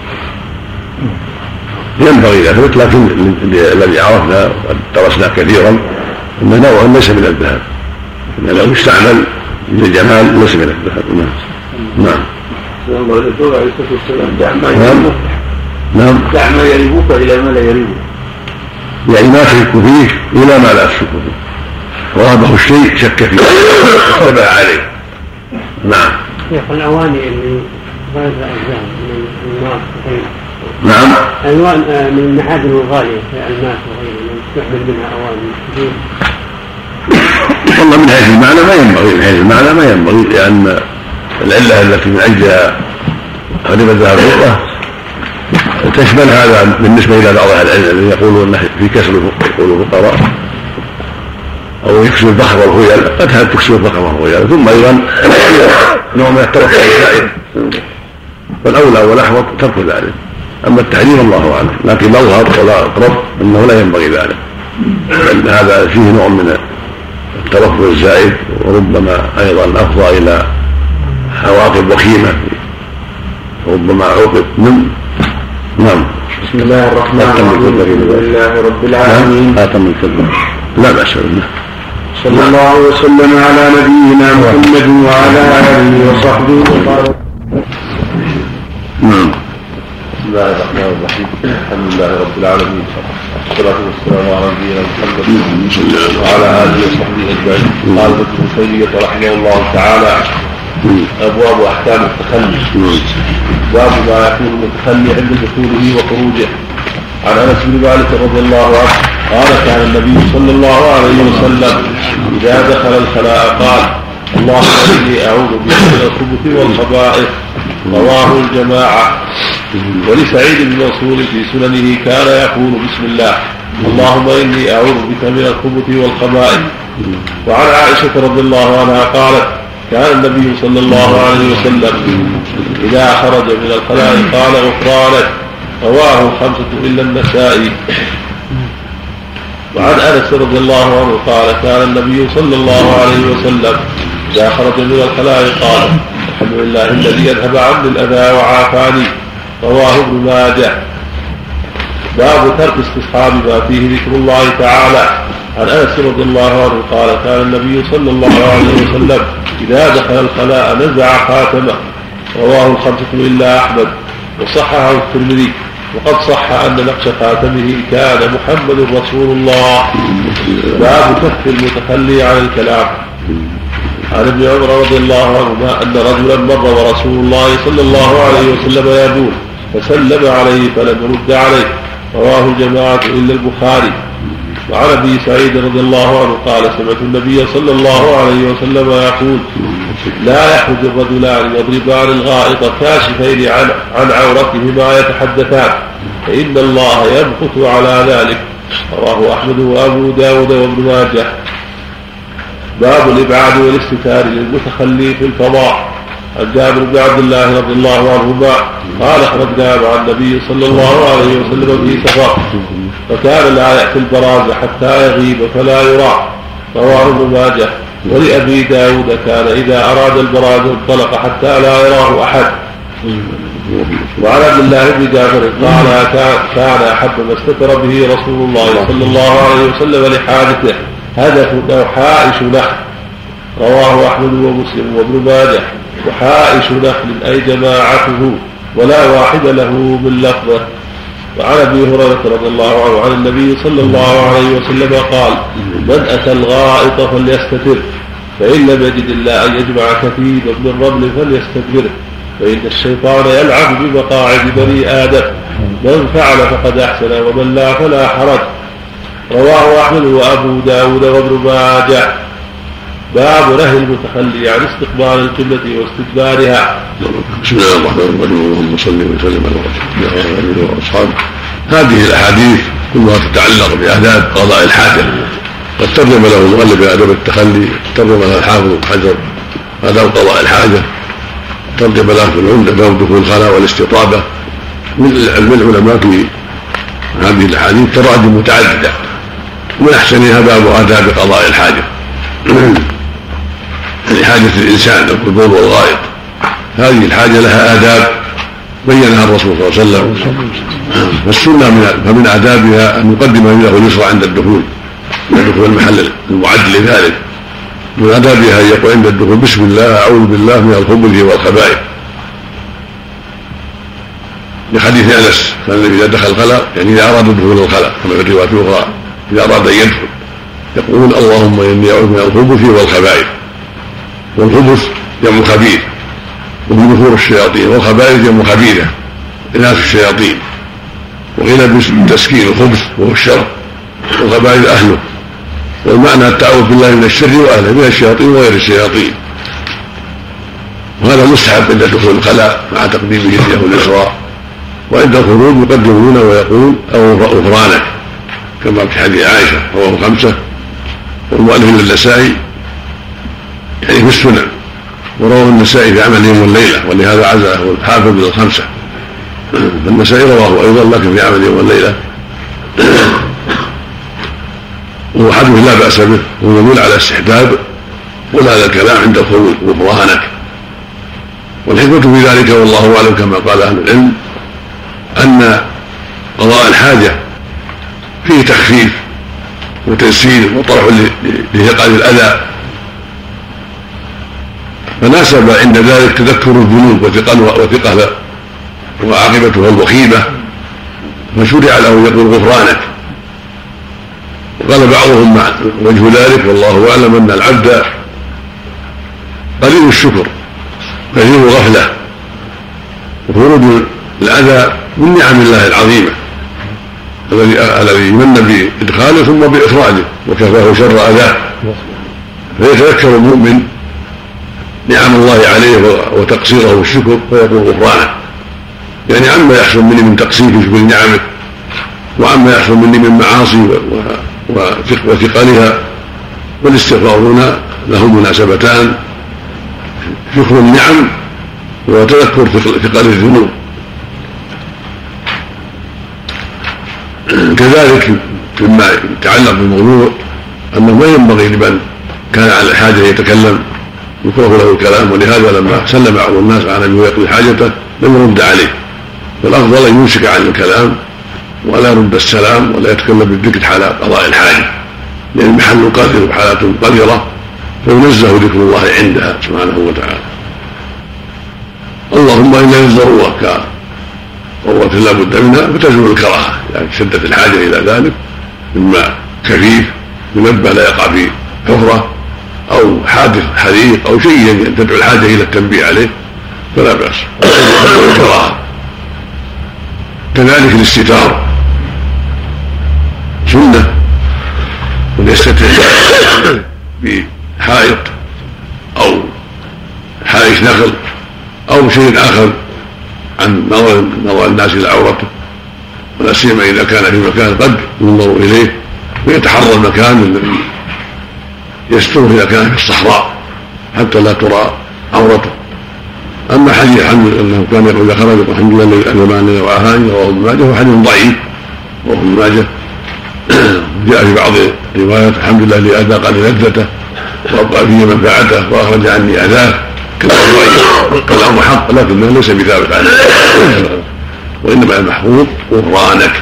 ينبغي إذا ثبت، لكن الذي عرفنا وقد درسنا كثيرا أنه نوع ليس من الذهب، لو يستعمل للجمال ليس من الذهب. نعم. الله الرسول عليه الصلاة والسلام نعم. دع ما يريبك إلى ما لا يريبك، يعني ما تشك فيه إلى ما لا تشك فيه، رغبه الشيء شك فيه واختبأ عليه. نعم. الأواني اللي غير الأجزاء من النار نعم. ألوان من المعادن الغالية كالماس وغيره يستعمل منها أواني كثير. والله من حيث المعنى ما ينبغي، لأن العلة التي من أجلها غلب الذهب والفضة تشمل هذا بالنسبة إلى بعض أهل العلم الذين يقولون في كسر يقولوا الفقراء أو يكسر الفخر والخيال، قد تكسر الفخر والخيال. ثم أيضا نوع من التوكل الزائد، فالأولى والأحوط ترك ذلك. أما التحريم الله أعلم، لكن الأظهر ولا أقرب أنه لا ينبغي ذلك، لأن هذا فيه نوع من التوكل الزائد، وربما أيضا أفضى إلى عواقب وخيمة، ربما عوقب. نعم. بسم الله الرحمن الرحيم. الحمد لله رب العالمين. لا بأس به. صلى الله وسلم على نبينا محمد وعلى آله وصحبه وبارك. بسم الله الرحمن الرحيم. الحمد لله رب العالمين، والصلاة والسلام على نبينا محمد وعلى آله وصحبه أجمعين. قال ابن تيمية رحمه الله تعالى: أبواب أحكام التخلي. باب ما يكون المتخلي عند دخوله وخروجه. عن أنس بن مالك رضي الله عنه قال: كان النبي صلى الله عليه وسلم إذا دخل الخلاء قال: اللهم إني أعوذ بك من الخبث والخبائث. رواه الجماعة. ولسعيد بن منصور في سننه كان يقول: بسم الله اللهم إني أعوذ بك من الخبث والخبائث. وعن عائشة رضي الله عنها قالت: كان النبي صلى الله عليه وسلم إذا خرج من الخلاء قال: غفرانك. رواه الخمسة إلا النسائي. وعن أنس رضي الله عنه قال: كان النبي صلى الله عليه وسلم إذا خرج من الخلاء قال: الحمد لله الذي يذهب عني الأذى وعافاني. رواه ابن ماجه. باب ترك استصحاب ما فيه ذكر الله تعالى. عن أنس رضي الله عنه قال: كان النبي صلى الله عليه وسلم إذا دخل الخلاء نزع خاتمه. رواه الخمسة إلا أحمد، وصححه الترمذي. وقد صح أن نقش خاتمه كان محمد رسول الله. باب كف المتخلي عن الكلام. عن ابن عمر رضي الله عنهما أن رجلا مر ورسول الله صلى الله عليه وسلم يبول فسلم عليه فلم يرد عليه. رواه الجماعة إلا البخاري. وعن ابي سعيد رضي الله عنه قال: سمعت النبي صلى الله عليه وسلم يقول: لا يخرج الرجلان يضربان الغائط كاشفين عن عورتهما يتحدثان، فإن الله يمقت على ذلك. رواه أحمد وأبو داود وابن ماجه. باب الإبعاد والاستتار للمتخلي في الفضاء. عن جابر بن عبد الله رضي الله عنهما قال: خرجنا مع النبي صلى الله عليه وسلم في سفر، فكان لا يأتي البراز حتى يغيب فلا يرى. رواه ابن ماجه. ولأبي داود: كان إذا أراد البراز انطلق حتى لا يراه أحد. وعن عبد الله بن جابر قال كان أحب ما استتر به رسول الله صلى الله عليه وسلم لحاجته هدف أو حائش نخل. رواه أحمد ومسلم وابن ماجه. وحائش نخل أي جماعته ولا واحد له من لفظه. وعن ابي هريره رضي الله عنه عن النبي صلى الله عليه وسلم قال: من اتى الغائط فليستتر، فان لم يجد الا ان يجمع كثيبا من رمل فليستدبره، فان الشيطان يلعب بمقاعد بني ادم، من فعل فقد احسن ومن لا فلا حرج. رواه احمد وابو داود وابن ماجه. باب نهي المتخلي عن استقبال القبلة واستدبارها. بسم الله الرحمن الرحيم. اللهم صل وسلم على رسول الله واصحابه. هذه الاحاديث كلها تتعلق بآداب قضاء الحاجة، قد ترجم له المؤلف بآداب التخلي، ترجم له الحافظ ابن حجر آداب قضاء الحاجة، ترجم له في العمدة باب دخول الخلاء والاستطابة. من العلماء في هذه الاحاديث تراجم متعددة، من احسنها باب آداب قضاء الحاجة لحاجة الإنسان القبور والغائط. هذه الحاجة لها آداب بينها الرسول صلى الله عليه وسلم، فالسنة فمن آدابها أن يقدم يده اليسرى عند الدخول، عند دخول المحل المعد لذلك. من آدابها أن يقول عند الدخول: بسم الله، أعوذ بالله من الخبث والخبائث، لحديث أنس كان النبي إذا دخل الخلاء، يعني إذا أراد دخول الخلاء، كما في الرواية الأخرى إذا أراد أن يدخل يقول: اللهم إني أعوذ من الخبث والخبائث. والخبث جمع خبيث، وفي نفور الشياطين، والخبائث جمع خبيثة إناث الشياطين. وقيل بالتسكين الخبث وهو الشر، والخبائث أهله، والمعنى التعوذ بالله من الشر وأهله من الشياطين وغير الشياطين. وهذا مستحب عند دخول الخلاء مع تقديمه يده اليسرى، وعند الخروج يقدمون ويقول: غفرانك، كما في حديث عائشة رواه الخمسة والمؤلف للنسائي يعني في السنن، ورواه النسائي في عمل يوم والليلة، ولهذا عزاه الحافظ للخمسة. فالنسائي رواه أيضا لكن في عمل يوم والليلة، وهو حديث لا بأس به، ويدل على استحباب قل هذا الكلام عند الخروج: غفرانك. والحكمة في ذلك والله أعلم كما قال أهل العلم أن قضاء الحاجة فيه تخفيف وتيسير وطرح لثقل الأذى، فناسب عند ذلك تذكر الذنوب وثقلها وعاقبتها الوخيمة، فشرع له يقول: غفرانك. وقال بعضهم مع وجه ذلك والله أعلم أن العبد قليل الشكر كثير الغفلة، وخروج الأذى من نعم الله العظيمة الذي يمن بإدخاله ثم بإخراجه وكفاه شر أذاه. فيتذكر المؤمن نعم الله عليه وتقصيره والشكر فيقول: غفرانه، يعني عما يحصل مني من تقصير في شكر نعمه، وعما يحصل مني من معاصي وثقلها. والاستغفار هنا له مناسبتان: شكر النعم وتذكر ثقل الذنوب. كذلك مما يتعلق بالموضوع أنه ما ينبغي لمن كان على الحاجة يتكلم يكره له الكلام، ولهذا لما سلم بعض الناس على أنه يقضي حاجته لم يرد عليه، فالأفضل أن يمسك عن الكلام ولا يرد السلام ولا يتكلم بالذكر حال قضاء الحاجة، لأن محل قذر وحالات قذرة فينزه ذكر الله عندها سبحانه وتعالى. اللهم إلا للضرورة كضرورة لا بد منها فتزول الكراهة، يعني شدة الحاجة إلى ذلك من ماء كفيف منبه لا يقع في حفرة أو حادث حريق أو شيء تدعو الحاجة إلى التنبيه عليه فلا بأس، الكراهة. كذلك الاستتار سنة، وليستتر بحائط أو حائش نخل أو شيء آخر عن نظر الناس إلى عورته، ولا سيما إذا كان في مكان قد ينظر إليه، ويتحرى المكان الذي يستره إذا كان في الصحراء حتى لا ترى عورته. أما حديث عنه أنه كان يقول: إذا خرج الحمد لله الذي أذهبني وعافاني، رواه ابن ماجه، وهو حديث ضعيف رواه ابن ماجه. جاء في بعض الروايات: الحمد لله الذي أذاقني لذته وأبقى في منفعته وأخرج عني أذاه، كلام حق لكنه ليس بثابت عنه، وإنما المحفوظ غفرانك.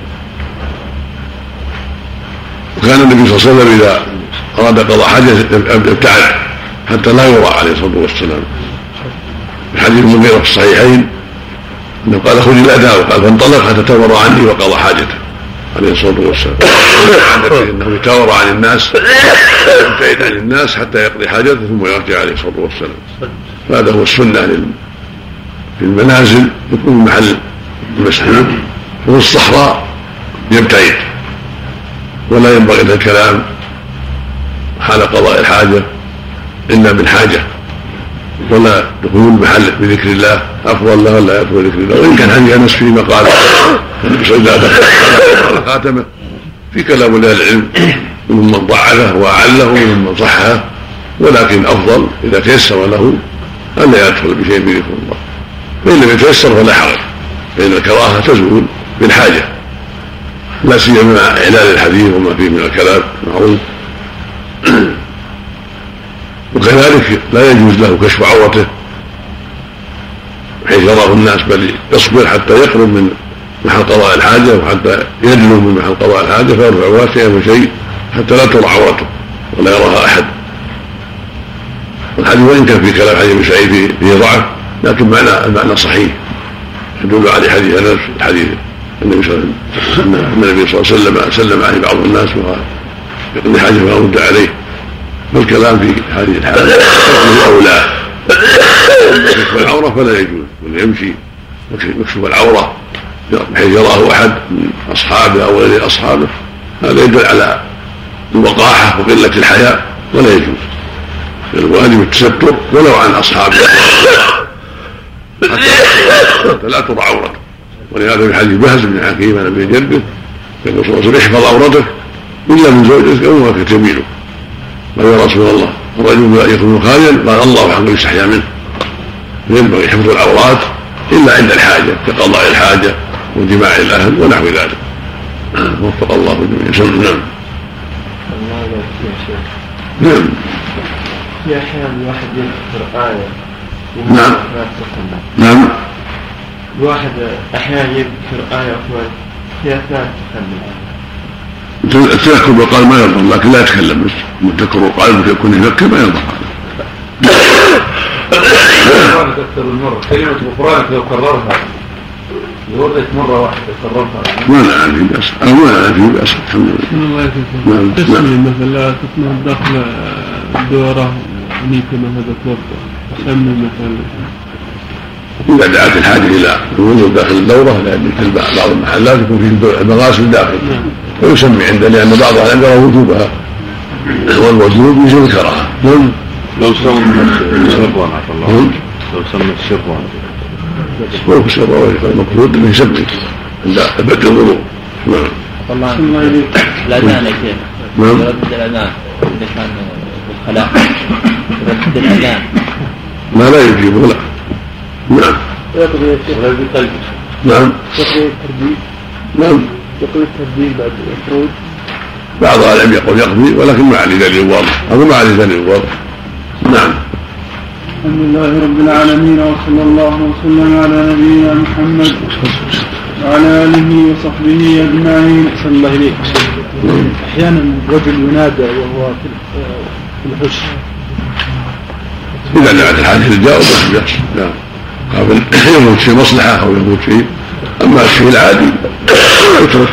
وكان النبي صلى الله عليه وسلم إذا أراد قضاء حاجة ابتعد حتى لا يرى عليه الصلاة والسلام. في حديث المغيرة في الصحيحين أنه قال خذ الأداء، وقال فانطلق حتى تورى عني وقضى حاجته عليه الصلاة والسلام. أنه يتورى عن الناس يبتعد عن الناس حتى يقضي حاجته ثم يرجع عليه الصلاة والسلام. هذا هو السنة في المنازل يكون محل المسجد، وفي الصحراء يبتعد، ولا ينبغي له الكلام حال قضاء الحاجة إلا من حاجة، ولا دخول محل بذكر الله أفضل له ولا يدخل بذكر الله. وإن كان حديث أنس فيه مقال إذا دخل خاتمه في كلام أهل العلم ممن ضعفه وأعله وممن صحه، ولكن أفضل إذا تيسر له أن لا يدخل بشيء بذكر الله، فإن لم يتيسر فلا حرج، فإن الكراهة تزول بالحاجة، لا سيما مع إعلان الحديث وما فيه من الكلام معروف. وكذلك لا يجوز له كشف عورته حيث يراه الناس، بل يصبر حتى يقرب من محل قضاء الحاجة وحتى يدنو من محل قضاء الحاجة فيرفع واسعا وشيء حتى لا ترى عورته ولا يراها أحد. والحديث وإن كان في كلام حديث سعيد فيه ضعف، لكن المعنى صحيح، يدل عليه حديث أنس، حديث النبي صلى الله عليه وسلم سلم عليه بعض الناس ويقضي حاجة فرد عليه. والكلام في هذه الحالة أولى. كشف العورة فلا يجوز، ويمشي مكشوف العورة بحيث يراه أحد من أصحابه أو غير أصحابه، هذا يدل على الوقاحة وقلة الحياء، ولا يجوز. الواجب التستر ولو عن أصحابه حتى لا ترى عورته. ولهذا في حديث بهز بن حكيم عن ابي جده يقول صلى الله عليه وسلم احفظ عورتك إلا من زوجتك أو امرأتك تميله. قال يا رسول الله الرجل يكون خاليا؟ قال الله حق يستحيا منه. فينبغي حفظ العورات إلا عند الحاجة كقضاء الحاجة وجماع الأهل ونحو ذلك. وفق الله الجميع. نعم. نعم. في أحيان الواحد يذكر آية. نعم. نعم. الواحد أحيانا يذكر آية في أثناء التكلم. التذكر بالقلب ما يضر، لكن لا يتكلم. بس متذكر القلب يكون يفكر ما يضر. غفرانك أكثر من مرة، كلمة غفرانك لو كررها لوردت مرة واحدة كررتها ما لا في بأس، أو ما لا في بأس الحمد لله. نعم. تسمي مثلا لا تكون داخل الدورة نيك مثلا توضأ تسمي مثلا إذا دعت الحاجة إلى الوضوء داخل الدورة، لأن بعض المحلات يكون فيه المغاسل داخل ويسمي عنده، لأن بعضها يقرأ وجوبها والوجوب يزيل الكراهة. لو سمى الشربان عفى الله، لو سمى الشربان ولو الشربان المقصود أنه يسمي عند بدء الوضوء. نعم. والله الأذان يا شيخ. نعم. يرد الأذان إذا كان بالخلاء يرد الأذان ما لا يجيبه لا. نعم. يقضي يا شيخ بقلبه. نعم. يقضي الترديد. نعم. يقضي الترديد بعد الخروج. بعض العلم يقول يقضي، ولكن ما عليه دليل واضح، هذا ما عليه دليل واضح. نعم. الحمد لله رب العالمين، وصلى الله وسلم على نبينا محمد وعلى آله وصحبه أجمعين. صلى الله عليه وسلم. أحيانا الرجل ينادى وهو في الحش، إذا دعت الحاجة للجاوب لا بأس. نعم. قابل يموت في مصلحة أو يموت فيه، أما الشيء العادي يترك.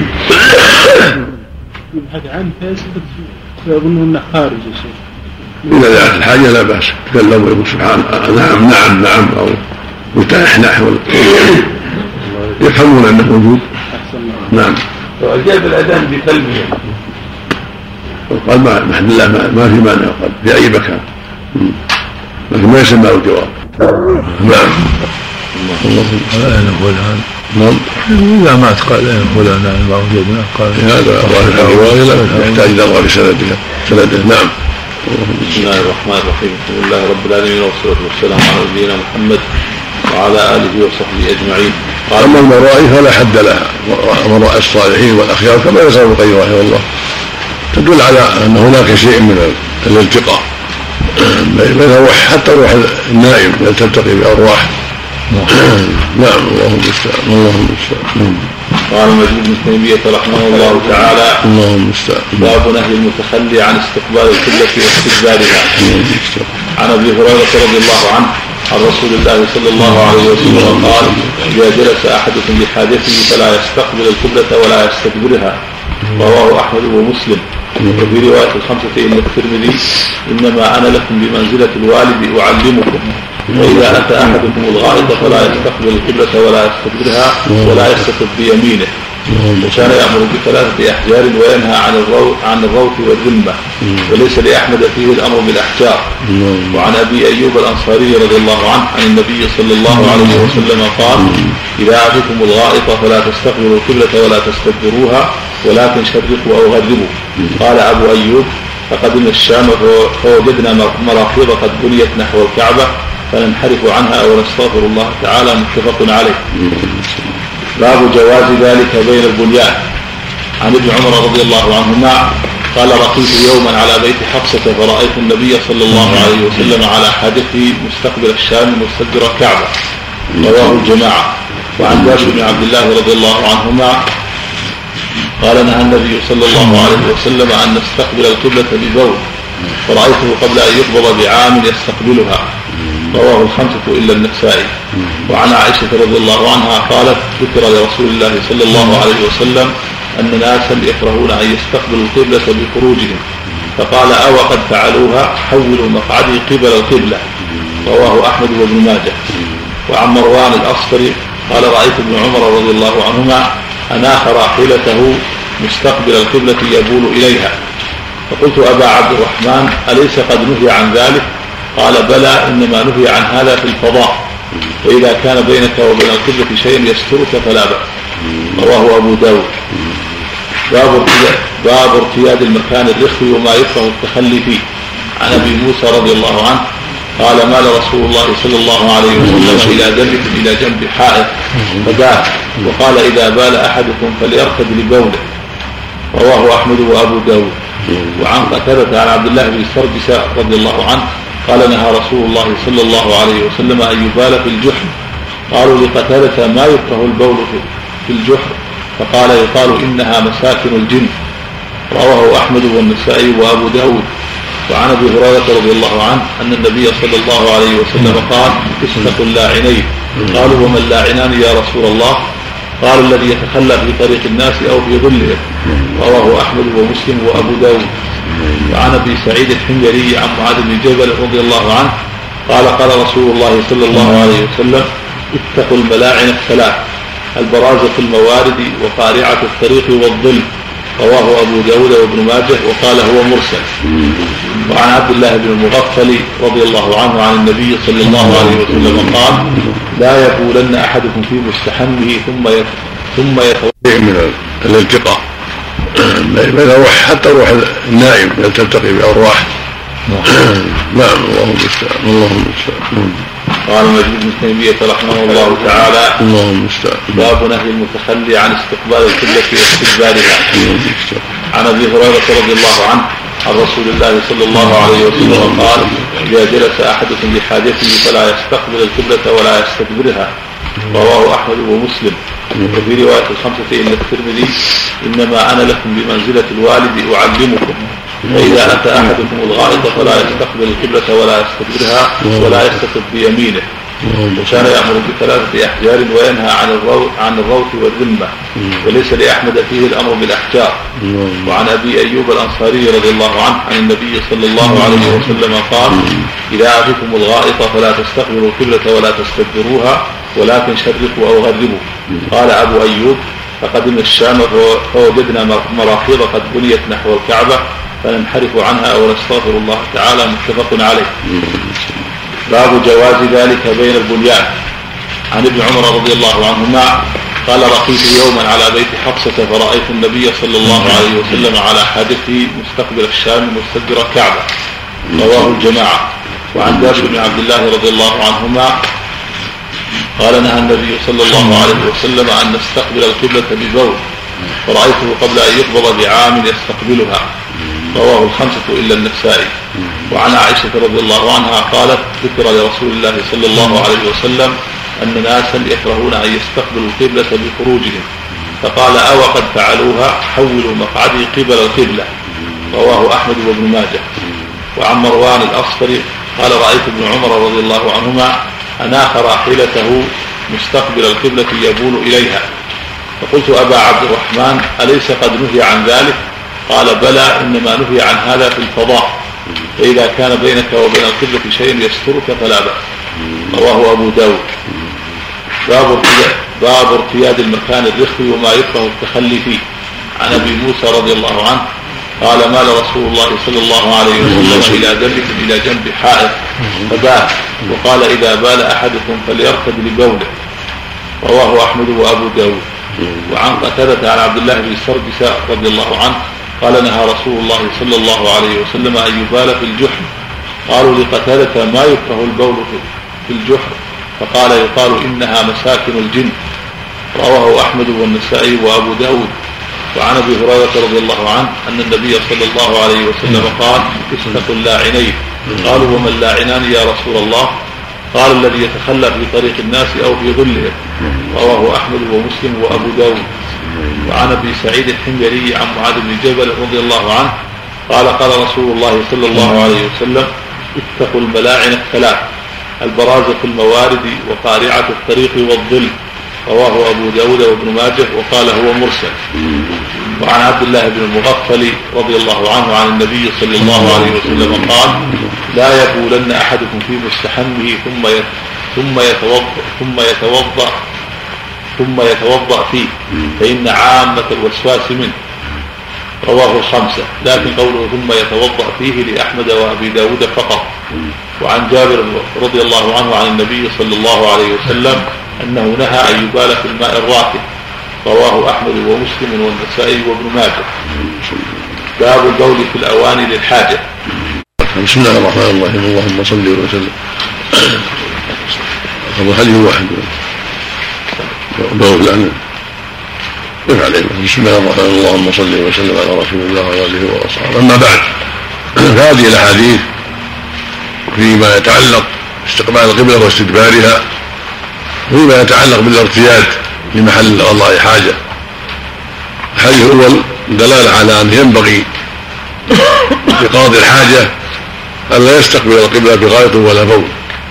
يبحث عنه فيسكت فيظنه أنه خارج يا شيخ. إذا دعت الحاجة لا بأس، تكلم ويقول سبحان نعم نعم نعم، أو يتنحنح يفهمون أنه موجود. نعم. وأجاب الأذان بقلبه. القلب الحمد لله ما في مانع القلب في أي مكان، لكن ما يسمى له الجواب. نعم. أين فلان؟ نعم. إذا مات قال أين فلان ما وجدنا قال هذا ظاهر يحتاج إلى ظاهر سنده. نعم. بسم الله الرحمن الرحيم. الحمد لله رب العالمين، والصلاة والسلام على نبينا محمد وعلى آله وصحبه أجمعين. أما المرائي فلا حد لها، مرائي الصالحين والأخيار كما يقول ابن القيم رحمه الله تدل على أن هناك شيء من الالتقاء بين حتى روح النائم لا تلتقي بأرواح. نعم اللهم المستعان. اللهم المستعان. قال المجد بن تيمية رحمه الله تعالى: اللهم المستعان. باب نهي المتخلي عن استقبال القبلة واستدبارها. عن ابي هريرة رضي الله عنه عن رسول الله صلى الله عليه وسلم قال: إذا جلس أحدكم لحاجته فلا يستقبل القبلة ولا يستدبرها. رواه أحمد ومسلم. وفي رواية الخمسة إلا الترمذي: إنما أنا لكم بمنزلة الوالد أعلمكم. وإذا أتى أحدكم الغائط فلا يستقبل القبلة ولا يستدبرها ولا يستتب بيمينه. وكان يأمر بثلاثة أحجار وينهى عن الروث والذمة، وليس لأحمد فيه الأمر بالأحجار. وعن أبي أيوب الأنصاري رضي الله عنه عن النبي صلى الله عليه وسلم قال: إذا أتيتم الغائط فلا تستقبلوا القبلة ولا تستدبروها ولكن شرقوا أو غربوا. قال أبو أيوب: فقدمنا الشام فوجدنا مراحيض قد بنيت نحو الكعبة فننحرف عنها ونستغفر الله تعالى. متفق عليه. باب جواز ذلك بين البنيان. عن ابن عمر رضي الله عنهما قال: رقيت يوما على بيت حفصة فرأيت النبي صلى الله عليه وسلم على حاجته مستقبل الشام مستدبر الكعبة. رواه الجماعة. وعن جابر بن عبد الله رضي الله عنهما قال: نهى النبي صلى الله عليه وسلم أن نستقبل القبلة ببول، فرأيته قبل أن يقبض بعام يستقبلها. رواه الخمسة إلا النسائي. وعن عائشة رضي الله عنها قالت: ذكر لرسول الله صلى الله عليه وسلم أن ناسا يكرهون أن يستقبلوا القبلة بخروجهم، فقال: أو قد فعلوها حولوا مقعدي قبل القبلة. رواه أحمد وابن ماجه. وعن مروان الأصفري قال: رأيت ابن عمر رضي الله عنهما أناخ راحلته مستقبل القبلة يبول إليها، فقلت: أبا عبد الرحمن أليس قد نهي عن ذلك؟ قال: بلى، إنما نهي عن هذا في الفضاء، وإذا كان بينك وبين القبلة شيء يسترك فلا بأس. رواه أبو داود. باب ارتياد المكان الرخوي وما يكره التخلي فيه. عن أبي موسى رضي الله عنه قال: مال رسول الله صلى الله عليه وسلم إلى جنب حائط فبال، وقال: إذا بال أحدكم فليركض لبوله. رواه أحمد وأبو داود. وعن قتادة عن عبد الله بن سرجس رضي الله عنه قال: نهى رسول الله صلى الله عليه وسلم أن يبال في الجحر. قالوا لقتادة: ما يكره البول في الجحر؟ فقال: يقال إنها مساكن الجن. رواه أحمد والنسائي وأبو داود. وعن أبي هريرة رضي الله عنه أن النبي صلى الله عليه وسلم قال: اتقوا اللاعنين. قالوا: وما اللاعنان يا رسول الله؟ قال: الذي يتخلى في طريق الناس أو في ظلهم. رواه أحمد ومسلم وأبو داود. وعن أبي سعيد الحميري عن معاذ بن جبل رضي الله عنه قال: قال رسول الله صلى الله عليه وسلم: اتقوا الملاعن الثلاث: البرازة الموارد وقارعة الطريق والظلم. رواه أبو داود وابن ماجه وقال: هو مرسل. وعن عبد الله بن المغفل رضي الله عنه عن النبي صلى الله عليه وسلم قال: لا يبولن أحدكم في مستحمه ثم يتوضأ. من الالتقاء بين روح حتى روح النائم لا تلتقي بأرواح. نعم اللهم المستعان. اللهم المستعان. قال المجد بن تيمية رحمه الله تعالى: اللهم المستعان. باب نهي المتخلي عن استقبال القبلة واستدبارها. عن أبي هريرة رضي الله عنه عن رسول الله صلى الله عليه وسلم قال: إذا جلس أحدكم لحاجته فلا يستقبل القبلة ولا يستدبرها. رواه أحمد ومسلم. وفي رواية الخمسة إلا الترمذي: إنما أنا لكم بمنزلة الوالد أعلمكم. وإذا أتى أحدكم الغائط فلا يستقبل القبلة ولا يستدبرها ولا يستتب بيمينه. وكان يأمر بثلاثة أحجار وينهى عن الروث والذمة، وليس لأحمد فيه الأمر بالأحجار. وعن أبي أيوب الأنصاري رضي الله عنه عن النبي صلى الله عليه وسلم قال: إذا أتيتم الغائط فلا تستقبلوا القبلة ولا تستدبروها ولكن شرقوا أو غربوا. قال أبو أيوب: فقدمنا الشام فوجدنا مراحيض قد بنيت نحو الكعبة فننحرف عنها ونستغفر الله تعالى. متفق عليه. باب جواز ذلك بين البنيان. عن ابن عمر رضي الله عنهما قال: رقيت يوما على بيت حفصة فرأيت النبي صلى الله عليه وسلم على حاجته مستقبل الشام مستدبر الكعبة. رواه الجماعة. وعن جابر بن عبد الله رضي الله عنهما قال: نهى النبي صلى الله عليه وسلم أن نستقبل القبلة ببول، فرأيته قبل أن يقبض بعام يستقبلها. رواه الخمسة إلا النسائي. وعن عائشة رضي الله عنها قالت ذكر لرسول الله صلى الله عليه وسلم أن ناسا يكرهون أن يستقبلوا القبلة بخروجهم، فقال أو قد فعلوها حولوا مقعدي قبل القبلة. رواه أحمد وابن ماجه. وعن مروان الأصفري قال رأيت ابن عمر رضي الله عنهما أناخ راحلته مستقبل القبلة يبول إليها، فقلت أبا عبد الرحمن أليس قد نهي عن ذلك؟ قال بلى، إنما نهي عن هذا في الفضاء، فإذا كان بينك وبين القبلة شيء يسترك فلا بأس. رواه أبو داود. باب ارتياد المكان الرخوي وما يكره التخلي فيه. عن أبي موسى رضي الله عنه قال مال رسول الله صلى الله عليه وسلم إلى جنب حائط فبال، وقال إذا بال أحدكم فليركض لبوله. رواه أحمد وأبو داود. وعن قتادة عن عبد الله بن سرجس رضي الله عنه قال نهى رسول الله صلى الله عليه وسلم أن يبال في الجحر. قالوا لقتادة ما يكره البول في الجحر؟ فقال يقال إنها مساكن الجن. رواه أحمد والنسائي وأبو داود. وعن أبي هريرة رضي الله عنه أن النبي صلى الله عليه وسلم قال اتقوا اللاعنين. قالوا وما اللاعنان يا رسول الله؟ قال الذي يتخلى في طريق الناس أو في ظلهم. رواه أحمد ومسلم وأبو داود. وعن أبي سعيد الحميري عن معاذ بن جبل رضي الله عنه قال قال رسول الله صلى الله عليه وسلم اتقوا الملاعن الثلاث: البرازة في الموارد، وقارعة الطريق، والظل. رواه أبو داود وابن ماجه وقال هو مرسل. وعن عبد الله بن المغفل رضي الله عنه عن النبي صلى الله عليه وسلم قال لا يبولن أحدكم في مستحمه ثم يتوضأ فيه، فإن عامة الوسواس منه. رواه الخمسة، لكن قوله ثم يتوضأ فيه لأحمد وأبي داود فقط. وعن جابر رضي الله عنه عن النبي صلى الله عليه وسلم أنه نهى أن يبال في الماء الراكد. رواه أحمد ومسلم والنسائي وابن ماجه. باب البول في الأواني للحاجة. بسم الله الرحمن الرحيم. اللهم صل وسلم. أخذ حديث واحد بول الآن يفعل. بسم الله الرحمن الرحيم. اللهم صل وسلم على رسول الله وآله وأصحابه. أما بعد، فهذه الأحاديث فيما يتعلق باستقبال القبلة واستدبارها، وفيما يتعلق بالارتياد لمحل قضاء حاجة. الحديث الأول دلالة على أن ينبغي لقاضي الحاجة ألا يستقبل القبلة بغائط ولا بول،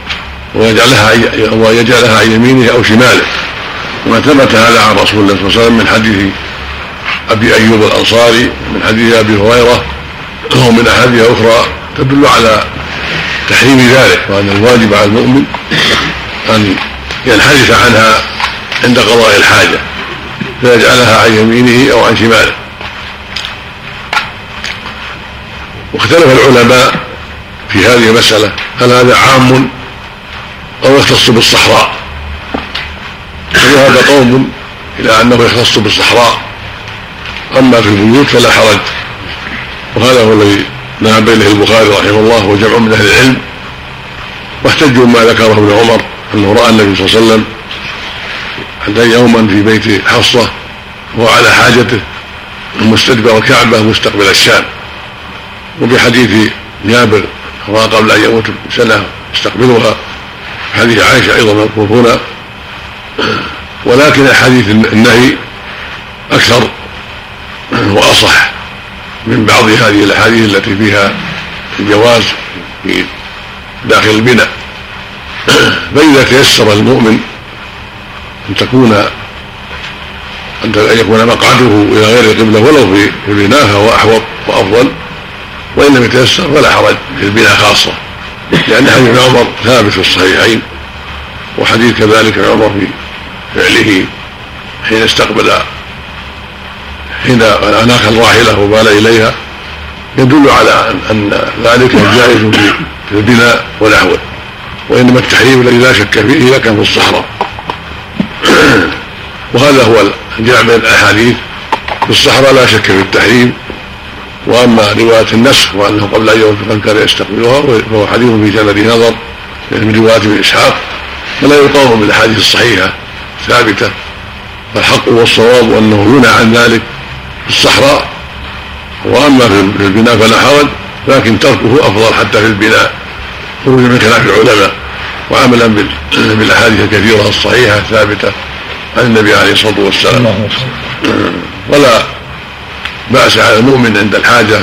ويجعلها عن يمينه أو شماله، وما ثبت هذا عن رسول الله صلى الله عليه وسلم من حديث أبي أيوب الأنصاري، من حديث أبي هريرة، ومن أحاديث أخرى تدل على تحريم ذلك، وأن الواجب على المؤمن أن ينحرف عنها عند قضاء الحاجة، فيجعلها عن يمينه أو عن شماله. واختلف العلماء في هذه المسألة، هل هذا عام أو يختص بالصحراء؟ فذهب قوم إلى أنه يختص بالصحراء، أما في البيوت فلا حرج. وهذا هو الذي ذهب إليه البخاري رحمه الله وجمع من أهل العلم، واحتجوا ما ذكره ابن عمر أنه رأى النبي صلى الله عليه وسلم عند يوما في بيت حفصة وهو على حاجته مستدبر الكعبة مستقبل الشام، وبحديث جابر رأى قبل أن يموت سنة يستقبلها، حديث عائشة أيضا مذكور هنا. ولكن حديث النهي أكثر وأصح من بعض هذه الأحاديث التي فيها الجواز في داخل البناء. فإذا تيسر المؤمن أن يكون مقعده إلى غير القبلة ولو في البناء فهو أحوط وأفضل، وإن لم يتيسر فلا حرج في البناء خاصة، لأن حديث عمر ثابت في الصحيحين، وحديث كذلك عمر في فعله حين أناخ الراحلة وبال إليها يدل على أن ذلك جائز في البناء ونحوه، وإنما التحريم الذي لا شك فيه لكن في الصحراء. وهذا هو الجمع بين الأحاديث. في الصحراء لا شك في التحريم، وأما رواية النسخ وأنه قبل أن يوم كان يستقبلها فهو حديث في سند نظر من رواية ابن إسحاق، فلا يقاوم بالأحاديث الصحيحة ثابتة. فالحق والصواب أنه ينهى عن ذلك في الصحراء، واما في البناء فلا حرج، لكن تركه افضل حتى في البناء خروجا من خلاف العلماء وعملا بالاحاديث الكثيره الصحيحه الثابته عن النبي عليه الصلاه والسلام. ولا بأس على المؤمن عند الحاجه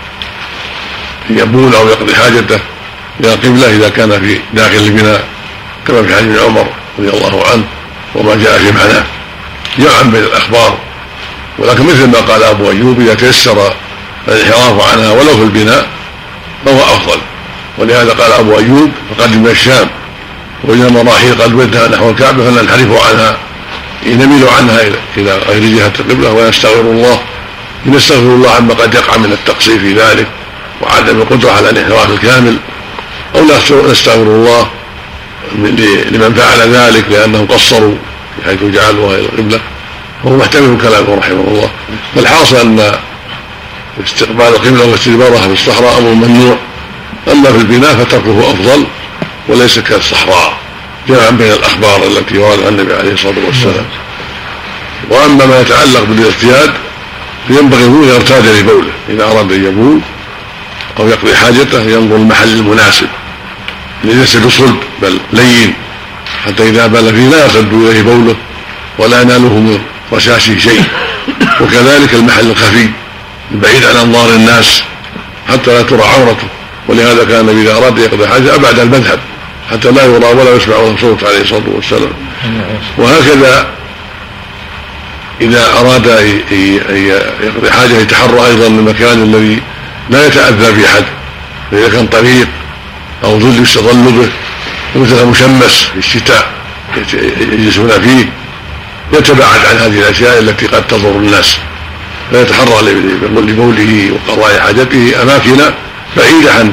يبول او يقضي حاجته الى القبله اذا كان في داخل البناء، كما في حديث عمر رضي الله عنه وما جاء في معناه جمعا بين الاخبار. ولكن مثل ما قال ابو ايوب اذا تيسر الانحراف عنها ولو في البناء فهو افضل، ولهذا قال ابو ايوب فقدم الشام واذا مراحيل قلبتها نحو الكعبه فلننحرف عنها نميل عنها الى غير جهه القبله ونستغفر الله، نستغفر الله عما قد يقع من التقصير في ذلك وعدم القدره على الانحراف الكامل، او نستغفر الله لمن فعل ذلك لانهم قصروا حيث جعلوها الى القبله، وهو محتمل كلامه رحمه الله. فالحاصل ان استقبال القبله واستدبارها في الصحراء امر ممنوع، اما في البناء فتركه افضل وليس كالصحراء جمعا بين الاخبار التي ورد عن النبي عليه الصلاه والسلام. واما ما يتعلق بالاغتياد فينبغي ان يرتاد لبوله، اذا اراد ان يبول او يقضي حاجته ينظر المحل المناسب ليس بصلب بل لين، حتى اذا بال فيه لا يرتد اليه بوله ولا يناله من رشاشه شيء. وكذلك المحل الخفي البعيد عن انظار الناس حتى لا ترى عورته، ولهذا كان النبي اذا اراد يقضي حاجه ابعد المذهب حتى لا يرى ولا يسمع صوت عليه الصلاه والسلام. وهكذا اذا اراد يقضي حاجه يتحرى ايضا المكان الذي لا يتاذى به احد، فاذا كان طريق او ظل يستظل به مثل مشمس في الشتاء يجلسون فيه يتباعد عن هذه الاشياء التي قد تضر الناس، فيتحرى لبوله وقضاء حاجته اماكن بعيده عن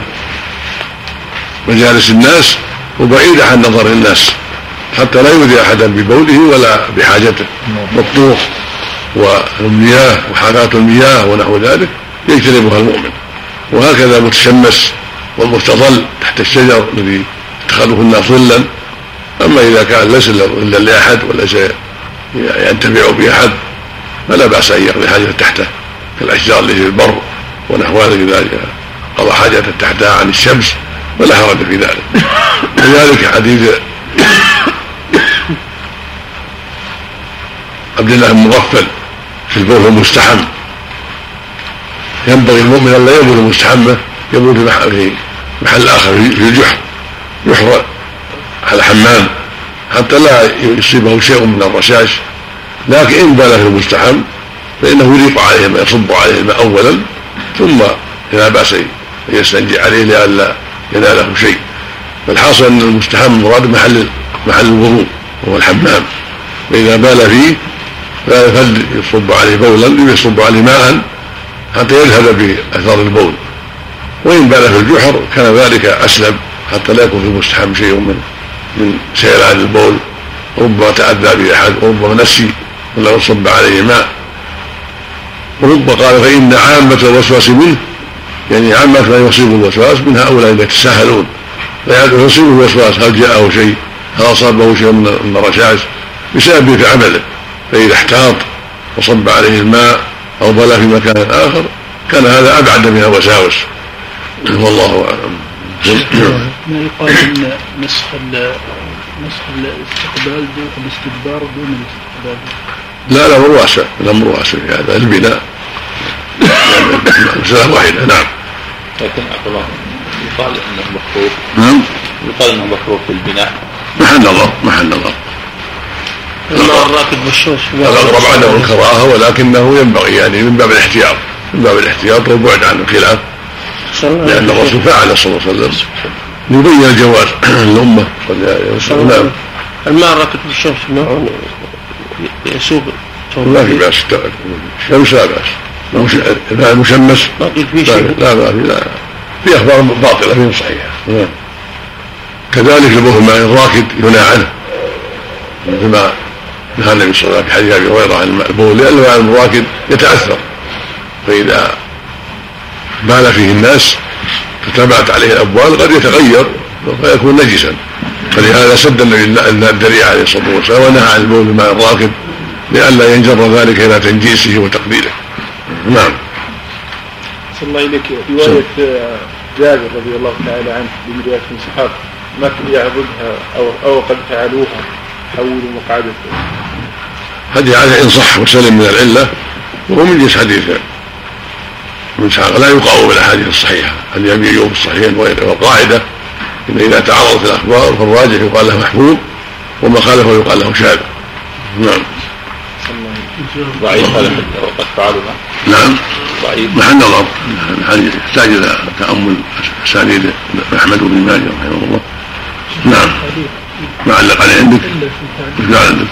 مجالس الناس وبعيده عن نظر الناس حتى لا يؤذي احدا ببوله ولا بحاجته. والطوف والمياه وحاجات المياه ونحو ذلك يجتنبها المؤمن. وهكذا متشمس والمستظل تحت الشجر الذي اتخذه الناس ظلا. اما اذا كان ليس الا لاحد وليس ينتفع باحد فلا باس ان يقضي حاجته تحته كالاشجار التي في البر ونحو ذلك، اذا قضى حاجته تحتها عن الشمس ولا حرج في ذلك. كذلك حديث عبد الله بن مغفل في البول المستحم، ينبغي المؤمن ان لا يبول مستحمه، يبول في محل اخر في الجحر يحرى على حمام حتى لا يصيبه شيء من الرشاش. لكن ان بال في المستحم فانه يريق عليه الماء، يصب عليه الماء اولا ثم لا باس ان يستنجي عليه لئلا يناله شيء. فالحاصل ان المستحم مراد محل الوضوء وهو الحمام، فاذا بال فيه فليصب عليه بولا يصب عليه ماء حتى يذهب باثار البول، وان بال في الجحر كان ذلك اسلم حتى لا يكون في المستحم شيء من سيلان البول، ربما تاذى به احد وربما نسي ولو صب عليه ماء. وربما قال فان عامه الوسواس منه، يعني عامه ما يصيب الوسواس من هؤلاء الذين يتساهلون فيصيب الوسواس هل جاءه شيء هل اصابه شيء من الرشاش بسبب في عمله، فاذا احتاط وصب عليه الماء او بلى في مكان اخر كان هذا ابعد من الوساوس، والله اعلم. ما يقال ان نسخ الاستقبال الاستدبار دون الاستقبال؟ لا الامر واسع، الامر واسع في هذا البناء مسألة واحدة. نعم. لكن عبد الله يقال انه مكروه. نعم. يقال انه مكروه في البناء. محل نظر. الراكب بالشوش الأقرب عنه الكراهة، ولكنه ينبغي يعني من باب الاحتياط والبعد عن الخلاف، لأن الرسول فعل صلى الله عليه وسلم يبين الجواز للأمة. نعم. الماء الراكب بالشوش نوع يسوق ما في بأس، الشمس لا بأس، الماء المشمس لا في أخبار باطلة في صحيحة. كذلك البول الماء الراكد ينهى عنه مثل ما نهى النبي صلى الله عليه وسلم في حديث ابي هريره عن البول، لان الماء الراكد يتاثر، فاذا بال فيه الناس فتبعت عليه الابوال قد يتغير فيكون نجسا، فلهذا سد الذريعه عليه الصلاه والسلام ونهى عن البول الماء الراكد لئلا ينجر ذلك الى تنجيسه وتقبيله. نعم. صلى الله إليك رواية جابر رضي الله تعالى عنه من رواية الصحابة ما كان يعبدها أو قد فعلوها حولوا مقعدته. حديث هذا إن صح وسلم من العلة وهو من جنس حديث من ساق لا يقع بالأحاديث الصحيحة. حديث أبي أيوب الصحيحين والقاعدة إن إذا تعارضت الأخبار فالراجح يقال له محفوظ وما خالفه يقال له شاذ. نعم. ضعيف هذا وقد فعلوا. نعم. ضعيف. محل نظر الحديث يحتاج إلى تأمل أسانيد أحمد بن ماجه رحمه الله. نعم. ما علق عليه عندك؟ مش قال عندك؟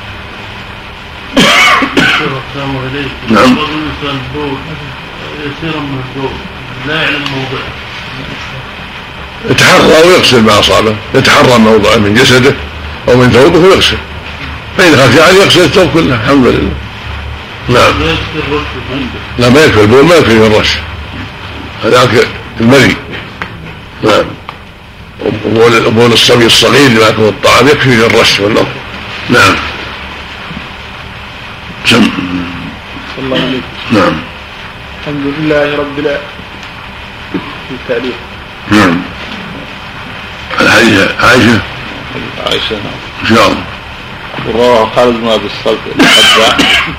السلام عليكم. نعم. الإنسان بول يسير من البول لا يعلم موضعه. يتحرى ويغسل ما أصابه، يتحرى موضعه من جسده أو من ثوبه ويغسل، فإن خفي عليه يغسل الثوب كله الحمد لله. نعم. لا ما يكفي البول، ما يكفي الرش، هذاك المري. نعم. وبول الصبي الصغير لما يكون الطعام يكفي الرش والنظر. نعم. صلى الله عليه وسلم. نعم. الحمد لله رب العالمين. في التعليق. نعم. الحديث عائشة. نعم. إن شاء الله. ورواه خالد بن أبي الصلت الحذاء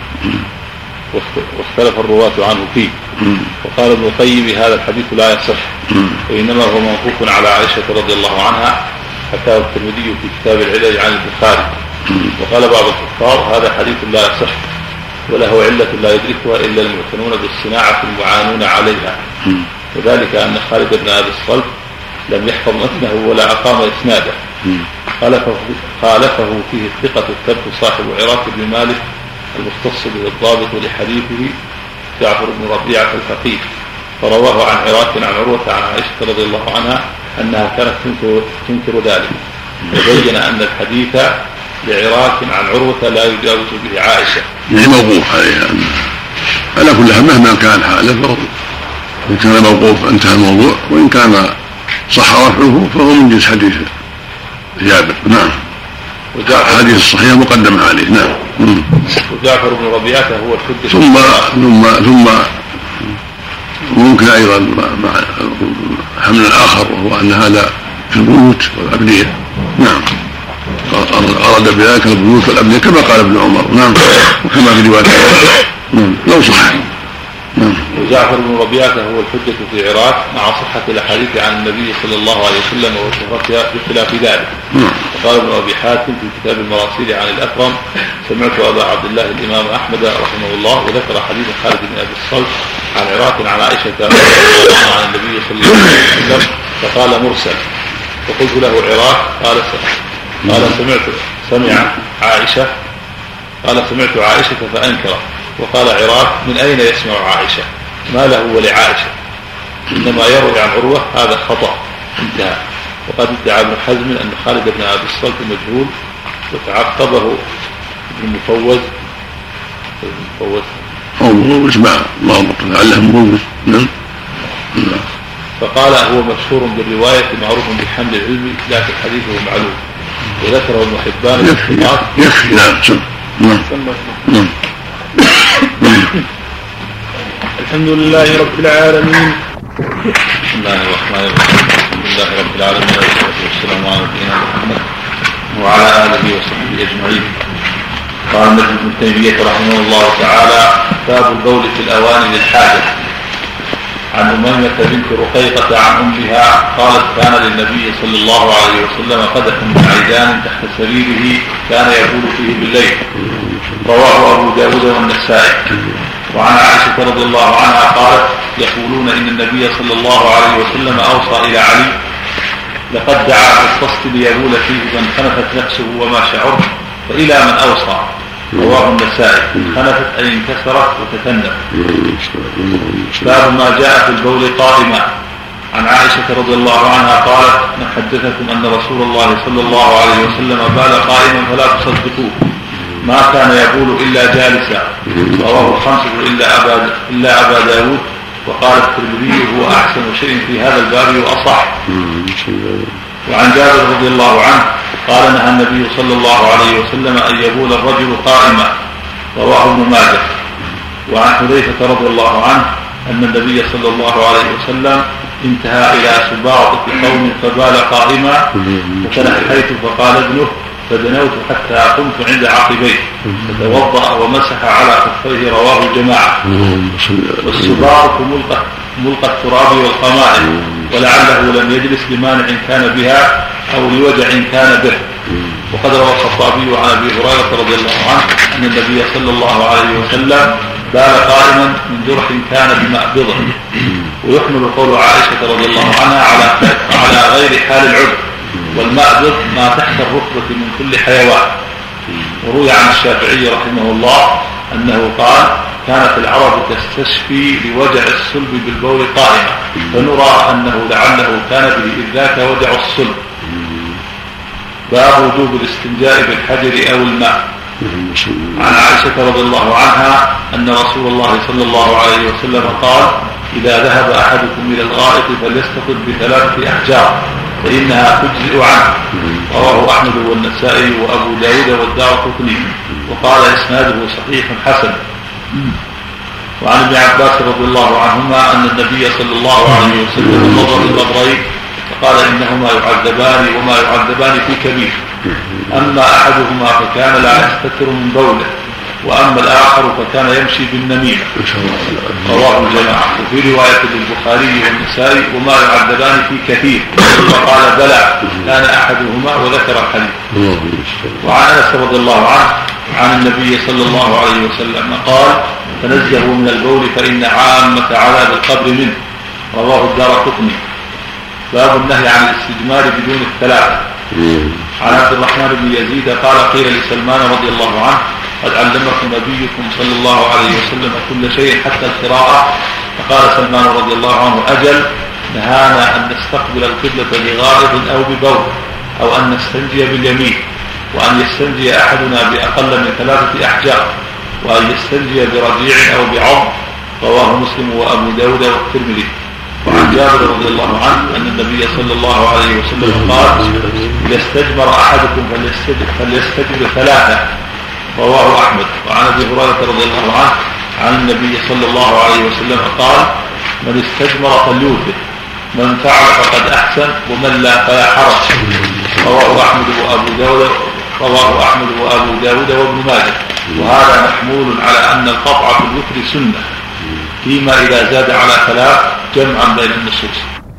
واختلف الرواة عنه فيه. وقال ابن القيم هذا الحديث لا يصح وإنما هو موقوف على عائشة رضي الله عنها، حكاه الترمذي في كتاب العلل عن البخاري. وقال بعض الكفار هذا حديث لا يصح وله علة لا يدركها إلا المعتنون بالصناعة المعانون عليها، وذلك أن خالد بن أبي الصلت لم يحفظ متنه ولا أقام إسناده. خالفه فيه الثقة الثبت صاحب عراق بن مالك المختص به الضابط لحديثه جعفر بن ربيعة الفقيه، فرواه عن عراق عن عروة عن عائشة رضي الله عنها أنها كانت تنكر ذلك، وبين أن الحديث لعراق عن عروة لا يجاوز به عائشة. يعني موقوف عليها. على كل حال مهما كان حاله إن كان موقوف انتهى الموضوع، وإن كان صح رفعه فهو من جنس حديث جابر. نعم. الحديث الصحيح مقدمة عليه. نعم. وجعفر بن ربيعة هو الحجة. ثم ممكن أيضا مع حمل آخر، وهو أن هذا في البيوت والأبنية. نعم. أراد بذلك البيوت والأبنية كما قال ابن عمر. نعم. وكما في رواية. نعم. لو صح. نعم. وجعفر بن ربيعة هو الحجة في عراق مع صحة الأحاديث عن النبي صلى الله عليه وسلم وصفتها بخلاف ذلك. وقال ابن أبي حاتم في كتاب المراسيل عن الأكرم سمعت أبا عبد الله الإمام أحمد رحمه الله وذكر حديث خالد بن أبي الصلت عن عراق عن عائشة عن النبي صلى الله عليه وسلم فقال مرسل، فقلت له عراق قال سمعت عائشة فأنكر، وقال عراق من أين يسمع عائشة؟ ما له ولعائشة؟ إنما يروي عن عروة هذا خطأ. انتهى. وقد ادعى ابن حزم أن خالد بن أبي الصلت مجهول، وتعقبه ابن مفوز ما لعله مفوز. نعم. فقال هو مشهور بالرواية معروف بالحمل العلمي لكن حديثه معلوم، وذكره ابن حبان يكفي. نعم. الحمد لله رب العالمين. بسم الله الرحمن الرحيم. الحمد لله رب العالمين والسلام على نبينا محمد وعلى آله وصحبه أجمعين. قال ابن تيمية رحمه الله تعالى: باب البول في الأواني للحاجة. عن أميمة بنت رقيقة عن أمها قالت: كان للنبي صلى الله عليه وسلم قدح من عيدان تحت سريره كان يبول فيه بالليل. رواه أبو داود والنسائي. وعن عائشة رضي الله عنها قالت: يقولون إن النبي صلى الله عليه وسلم أوصى إلى علي: لقد دعا في الصست ليبول فيه من خنفت نفسه وما شعر، فإلى من أوصى. رواه النسائي. خنفت أي انكسرت وتتنف. باب ما جاء في البول قائما. عن عائشة رضي الله عنها قالت: نحدثكم أن رسول الله صلى الله عليه وسلم بال قائما فلا تصدقوه، ما كان يقول إلا جالسا. رواه الخمسة إلا أبا داود. وقال الترمذي: هو أحسن شيء في هذا الباب وأصح. وعن جابر رضي الله عنه قال: نهى النبي صلى الله عليه وسلم أن يبول الرجل قائما. رواه ابن ماجه. وعن حذيفة رضي الله عنه أن النبي صلى الله عليه وسلم انتهى إلى سباطة قوم فبال قائما فتنحيت فقال ابنه فدنوت حتى قمت عند عقبيه فتوضأ ومسح على كفيه. رواه الجماعة. والسباطة ملقى التراب والقمائم، ولعله لم يجلس لمانع كان بها أو لوجع كان به. وقد روى الخطابي عن أبي هريرة رضي الله عنه أن النبي صلى الله عليه وسلم بال قائما من جرح كان بمأبضه. ويحمل قول عائشة رضي الله عنها على غير حال العذر، والمأبض ما تحت الركبة من كل حيوان. وروي عن الشافعي رحمه الله أنه قال كانت العرب تستشفي لوجع الصلب بالبول قائمة، فنرى أنه لعله كان به إذ ذاك وجع الصلب. باب وجوب الاستنجاء بالحجر أو الماء. عن عائشة رضي الله عنها أن رسول الله صلى الله عليه وسلم قال إذا ذهب أحدكم إلى الغائط فليستطب ب3 أحجار فإنها تجزئ عنه. رواه أحمد والنسائي وأبو داود والدارقطني، وقال إسناده صحيح حسن. وعن ابن عباس رضي الله عنهما أن النبي صلى الله عليه وسلم مر بالقبرين فقال إنهما يعذبان وما يعذبان في كبير، أما أحدهما فكان لا يستتر من بوله، وأما الآخر فكان يمشي بالنميمة. رواه الجماعة. وفي رواية للبخاري والنسائي وما يعذبان في كثير، فقال بلى كان أحدهما وذكر الحديث. وعن أنس رضي الله عنه عن النبي صلى الله عليه وسلم قال تنزهوا من البول فإن عامة عذاب القبر منه. رواه الدارقطني. باب النهي عن الاستجمار بدون الثلاثة. عن عبد الرحمن بن يزيد قال قيل لسلمان رضي الله عنه قد علمكم نبيكم صلى الله عليه وسلم كل شيء حتى القراءة، فقال سلمان رضي الله عنه أجل، نهانا أن نستقبل القبلة بغائط أو ببول أو أن نستنجي باليمين، وأن يستنجي أحدنا بأقل من 3 أحجار، وأن يستنجي برجيع أو بعظم. رواه مسلم وأبو داود والترمذي. وعن جابر رضي الله عنه أن النبي صلى الله عليه وسلم قال إذا استجمر أحدكم فليستجمر 3. رواه أحمد. وعن أبي هريرة رضي الله عنه عن النبي صلى الله عليه وسلم قال من استجمر فليوتر، من فعل فقد أحسن، ومن لا فلا حرج. رواه أحمد وأبو داود وابن ماجه. وهذا محمول على أن القطع في الوتر سنة، فيما إذا زاد على 3 جمعا بين النصوص.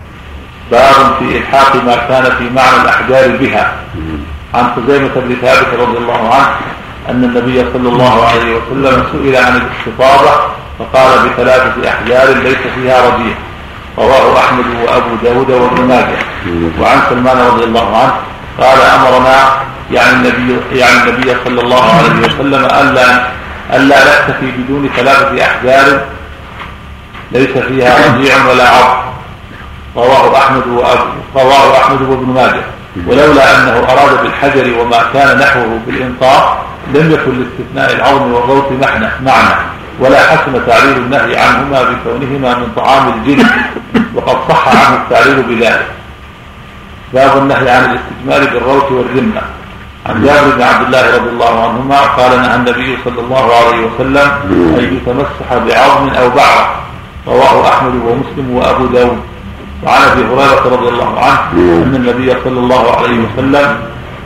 باب في إلحاق ما كان في معنى الأحجار بها. عن خزيمة بن ثابت رضي الله عنه أن النبي صلى الله عليه وسلم سئل عن الاستفاضة فقال ب3 أحجار ليس فيها رجيع. رواه أحمد وأبو داود وابن ماجه. وعن سلمان رضي الله عنه قال أمرنا يعني النبي صلى الله عليه وسلم ألا نكتفي بدون 3 أحجار ليس فيها رجيع ولا عظم. رواه أحمد وابن ماجه. ولولا أنه أراد بالحجر وما كان نحوه بالإنطاق لم يكن لاستثناء العظم والروث معنى، ولا حسن تعليل النهي عنهما بكونهما من طعام الجن، وقد صح عنه التعليل بذلك. باب النهي عن الاستجمار بالروث والرمة. عن جابر بن عبد الله رضي الله عنهما قال نهى النبي صلى الله عليه وسلم أن يتمسح بعظم أو بعرة. رواه أحمد ومسلم وأبو داود. وعن أبي هريرة رضي الله عنه أن النبي صلى الله عليه وسلم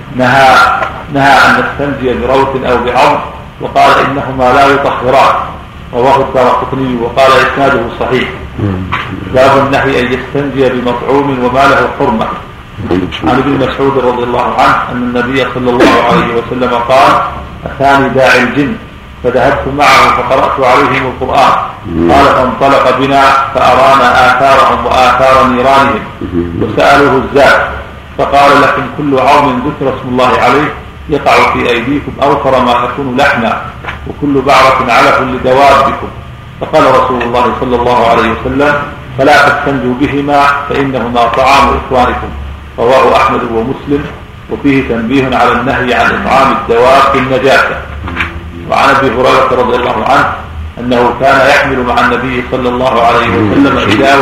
نهى أن نستنجي بروث أو بعظم، وقال إنهما لا يطهران. رواه الدارقطني وقال إسناده صحيح. باب النهي أن يستنجي بمطعوم وما له حرمة. عن ابن مسعود رضي الله عنه أن النبي صلى الله عليه وسلم قال أتاني داعي الجن فذهبت معه فقرأت عليهم القرآن، قال فانطلق بنا فأرانا آثارهم وآثار نيرانهم، وسألوه الزاد فقال لكم كل عظم ذكر اسم الله عليه يقع في أيديكم أوفر ما يكون لحما، وكل بعرة علف لدوابكم. فقال رسول الله صلى الله عليه وسلم فلا تستنجوا بهما فإنهما طعام إخوانكم. رواه أحمد ومسلم. وفيه تنبيه على النهي عن إطعام الدواب بالنجاسة. وعن أبي هريرة رضي الله عنه أنه كان يحمل مع النبي صلى الله عليه وسلم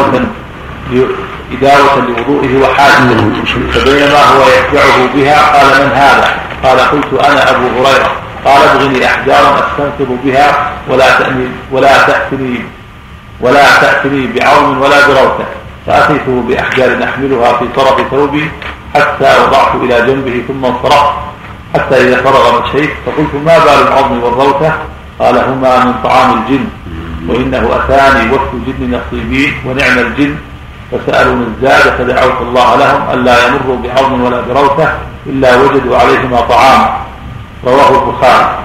إداوة لوضوئه وحاجته، فبينما هو يتبعه بها قال من هذا؟ قال قلت أنا أبو هريرة. قال ابغني أحجارا أستنقذ بها ولا تأتني ولا تأتني بعظم ولا بروثة. فأتيته بأحجار أحملها في طرف ثوبي حتى وضعت إلى جنبه ثم انصرفت حتى إذا فرغ مشيت فقلت ما بال العظم والروثة؟ قال هما من طعام الجن، وإنه أتاني وفد جن نصيبين ونعم الجن فسألوا الزاد فدعوت الله لهم ألا يمروا بعظم ولا بروثة إلا وجدوا عليهما طعام. رواه البخاري.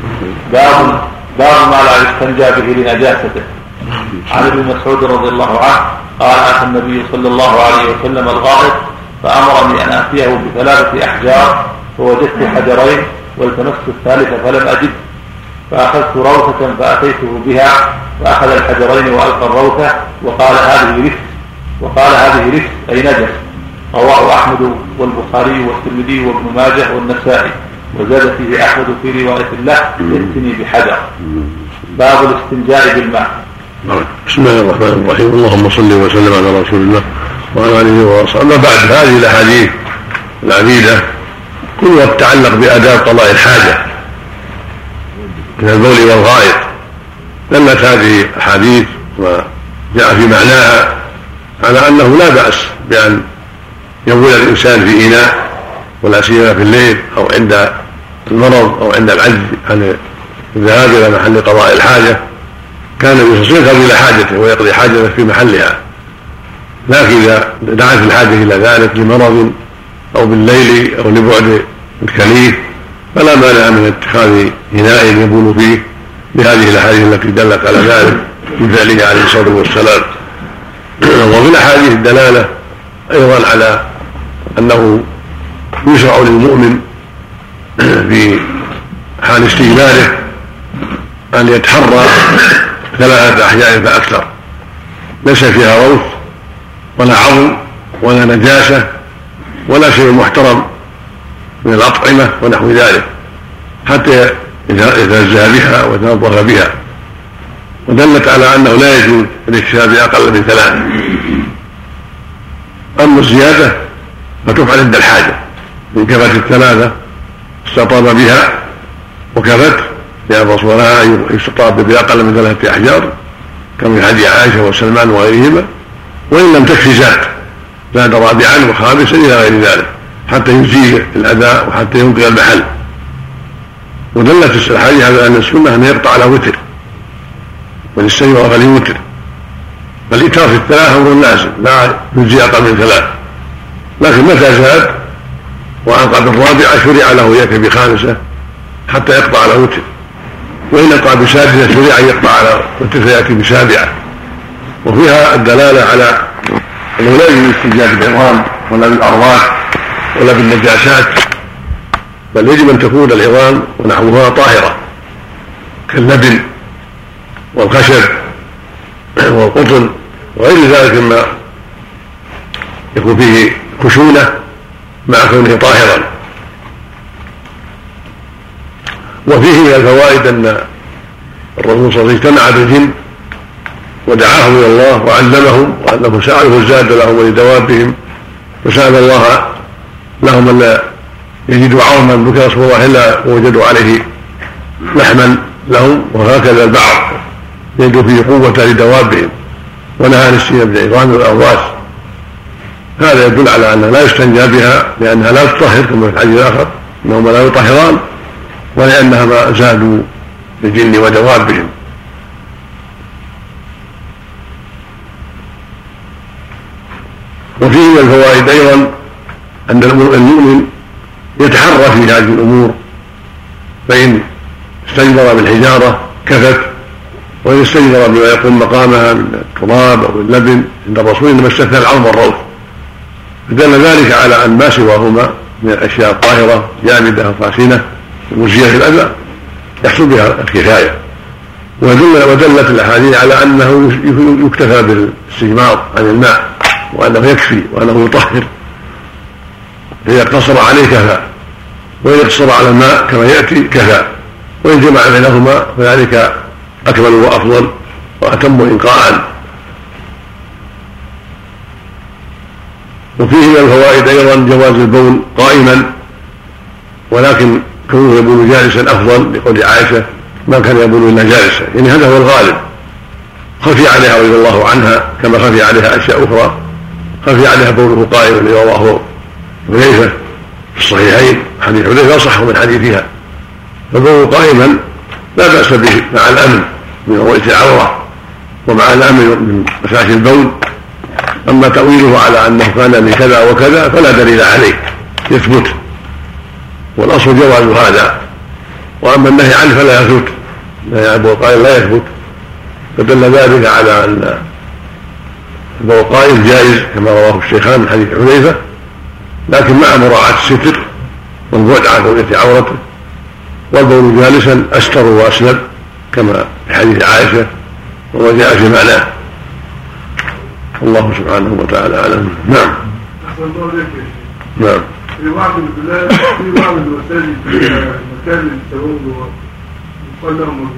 باب ما لا يستنجى به لنجاسته. عن ابن مسعود رضي الله عنه قال أتى النبي صلى الله عليه وسلم الغائط فأمرني أن آتيه ب3 أحجار فوجدت حجرين والتمست الثالثة فلم أجد فأخذت روثة فأتيته بها فأخذ الحجرين وألقى الروثة وقال هذه رفس أي نجس. رواه أحمد والبخاري والترمذي وابن ماجه والنسائي وزاد فيه أحمد في رواية له ائتني بحجر. باب الاستنجاء بالماء. بسم الله الرحمن الرحيم. اللهم صل وسلم على رسول الله وعلى آله وصحبه. أما بعد، هذه الأحاديث العديدة كلها تتعلق بآداب قضاء الحاجة من البول والغائط. دلت هذه الأحاديث وجاء في معناها على أنه لا بأس بأن يبول الإنسان في إناء ولا سيما في الليل أو عند المرض أو عند العجز عن الذهاب إلى محل قضاء الحاجة. كان يذهب إلى حاجته ويقضي حاجته في محلها، لكن إذا دعت الحاجة إلى ذلك لمرض أو بالليل أو لبعد الكليف فلا مانع من اتخاذ إناء يبول فيه بهذه الأحاديث التي دلت على ذلك من فعله عليه الصلاة والسلام. وفي الأحاديث الدلالة أيضا على أنه يشرع للمؤمن في حال استجماله أن يتحرى 3 أحجار فأكثر ليس فيها روث ولا عظم ولا نجاسة ولا شيء محترم من الأطعمة ونحو ذلك حتى يتنزه بها ويتنظف بها. ودلت على أنه لا يجوز الاكتفاء بأقل من 3. أما الزيادة فتفعل عند الحاجة، إن كفت 3 استطاب بها وكفت، لأن الرسول نهى يستطاب بأقل من 3 أحجار كما في حديث عائشة وسلمان وغيرهما، وإن لم تكفي زاد رابعا وخامسا إلى غير ذلك حتى يزيل الأذى وحتى ينقي المحل. ودلت الحديث على أن السنة أن يقطع على وتر، وللسير فليوتر، فالإتار في 3 أمر لازم لا يجزي أقل من 3، لكن متى زاد وأنقى بالرابعة شرع له يكفي ب5 حتى يقطع على وتر، وإن أقطع ب6 شرع أن يقطع على وتر فيأتي ب7. وفيها الدلالة على أنه لا يجوز الاستنجاء بالعظام ولا بالأرواح ولا بالنجاسات، بل يجب أن تكون العظام ونحوها طاهرة كاللبن والخشب والقطن وغير ذلك مما يكون فيه خشونة مع كونه طاهرا. وفيه من الفوائد أن الرسول صلى الله عليه وسلم اجتمع بالجن ودعاهم إلى الله وعلمهم وأنه سأله الزاد لهم ولدوابهم، فسأل الله لهم أن يجدوا عظما ذكر اسم الله إلا ووجدوا عليه لحما لهم، وهكذا البعض يجدوا فيه قوة لدوابهم، ونهى عن الاستنجاء بالعظام والأرواس. هذا يدل على أنه لا يستنجى بها لأنها لا تطهر كما في الحديث الآخر إنهما لا يطهران، ولأنهما زادوا للجن ودوابهم. وفيه من الفوائد أيضا أن المؤمن يتحرى في هذه الأمور، فإن استجمر بالحجارة كفت، وإن استجمر بما يقوم مقامها من التراب أو اللبن عند الرسول إنما استثنى العظم والروث، فدل ذلك على أن ما سواهما من الأشياء الطاهرة جامدة وخاسنة مزيلة الأذى يحصل بها الكفاية. ودلت الأحاديث على أنه يكتفى بالاستجمار عن الماء وأنه يكفي وأنه يطهر، فإذا اقتصر عليه كفى، وإن اقتصر على الماء كما يأتي كفى، وإن جمع بينهما فذلك أكمل وأفضل وأتم إنقاء. وفيه من الفوائد أيضا جواز البول قائما، ولكن كونه يبول جالسا أفضل، لقول عائشة ما كان يبول إلا جالسا، يعني هذا هو الغالب، خفي عليها رضي الله عنها كما خفي عليها أشياء أخرى. خفي عليها بوله قائما الذي رواه حذيفة في الصحيحين، حديث حذيفة أصح من حديثها. فالبول قائما لا بأس به مع الأمن من رؤية العورة ومع الأمن من مساكن البول. أما تأويله على أنه كان لكذا وكذا فلا دليل عليه يثبت، والأصل جواز هذا. وأما النهي عنه فلا يثبت، النهي عن البول قائم لا يثبت، فدل ذلك على أن البول قائم جائز كما رواه الشيخان من حديث حذيفة، لكن مع مراعاة الستر والبعد عن رؤية عورته. والبول جالسا أستر وأسلم كما في حديث عائشة وما جاء في معناه. الله سبحانه وتعالى أعلم. نعم. نعم. في بعض البلاد في بعض المساجد مكان التوضؤ يقال لهم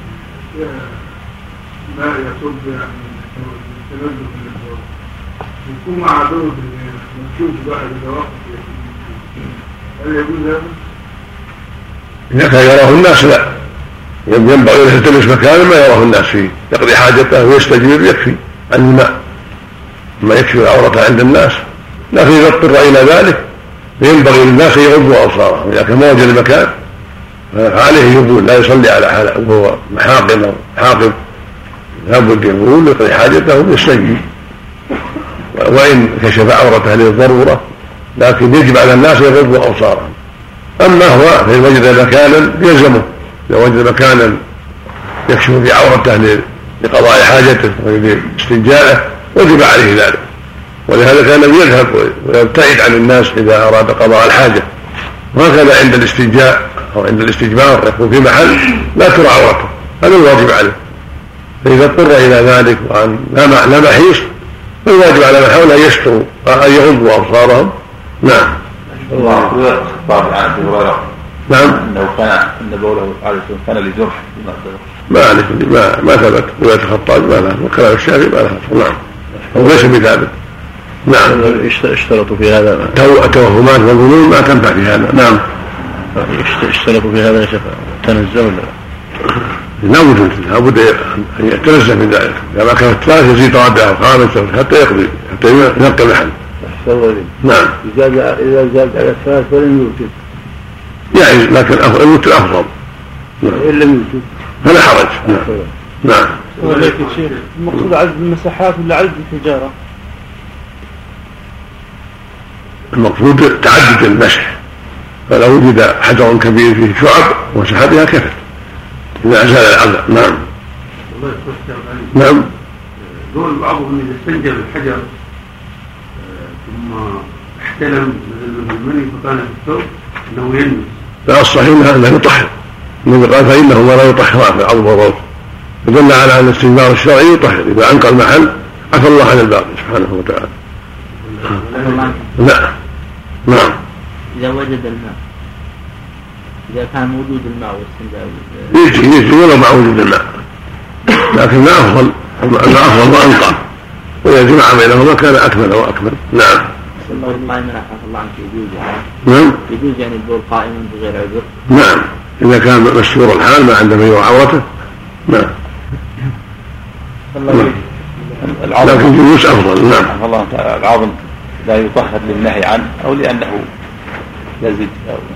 ماء يصب يعني التنزل من البول، يكون مع عدو نشوف واحد إذا وقف، هل يجوز هذا؟ إذا كان يراه الناس لا، ينبغي أن يلتمس مكانا ما يراه الناس فيه، يقضي حاجته ويستجيب يكفي عن الماء ما يكفي العورة عند الناس. لكن إذا اضطر إلى ذلك فينبغي للناس يغضوا أبصارهم، إذا كان ما وجد مكان فعليه يبول، لا يصلي على حال وهو محاقم أو حاقم، لابد يقول يقضي حاجته ويستجيب. وإن كشف عورته للضرورة لكن يجب على الناس يغضوا أبصارهم. أما هو فإن وجد مكانا يلزمه، إذا وجد مكانا يكشف في عورته لقضاء حاجته ولاستنجاءه وجب عليه ذلك. ولهذا كان يذهب ويبتعد عن الناس إذا أراد قضاء الحاجة. وهكذا عند الاستنجاء أو عند الاستجمار يكون في محل لا ترى عورته، هذا الواجب عليه. فإذا اضطر إلى ذلك وأن لا محيص فالواجب على من حوله يستروا أن يغضوا أبصارهم. نعم. نعم. انه كان ان بوله عليه كان لجرح ما ثبت رواية الخطاب ما له، وكلام الشافعي ما له. نعم. وليس بثابت. نعم. اشترطوا في هذا التوهمات والظنون ما تنفع في هذا. نعم. اشترطوا في هذا يا شيخ تنزه ولا لا بد ان يتنزه من ذلك. اذا ما كان الثالث يزيد رابعه وخامسه حتى يقضي حتى ينقي المحل. نعم. اذا زاد على الثالث ولم يوجد يعني لكن الموت الافضل. إن لم يوجد فلا حرج. نعم. المقصود عزل المساحات ولا عزل الحجارة؟ المقصود تعدد المسح، فلو وجد حجر كبير فيه شعب ومسحتها كفت إذا أزال العذر. نعم. نعم. دول بعضهم إذا استنجى بالحجر ثم احتلم بالمني فكان في الثوب أنه ينمس. لا، الصحيح أنه يطهر. النبي قال فإنه ما لا يطهران في العظم والروث، يدل على أن الاستنجار الشرعي يطهر. إذا أنقى المحل عفى الله عن الباقي سبحانه وتعالى. لا. نعم. إذا وجد الماء، إذا كان موجود الماء والاستنجاء يجي ولو مع وجود الماء، لكن الأفضل وأنقى، وإذا جمع بينهما كان أكمل وأكمل. نعم. نعم. يجوز يعني البول قائما بغير عذر. نعم. إذا كان مستور الحال ما عنده يرى عورته. نعم. لكن الجلوس أفضل. نعم. الله تعالى العظم لا يطهر للنهي عنه أو لأنه يزيد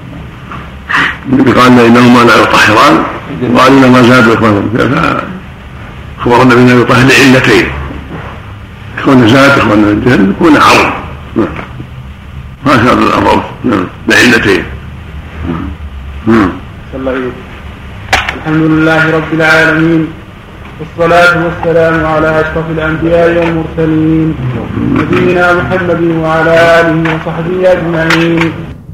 قال إنهما لا يطهران، وقال إنما زادوا إخوانهم، خبر النبي أنه يطهر لعلتين، كون زاد إخوان الجهل يكون عظم. ما شاء الله الروث. نعم. لعلتين. الحمد لله رب العالمين، والصلاة والسلام على أشرف الأنبياء والمرسلين نبينا محمد وعلى آله وصحبه أجمعين.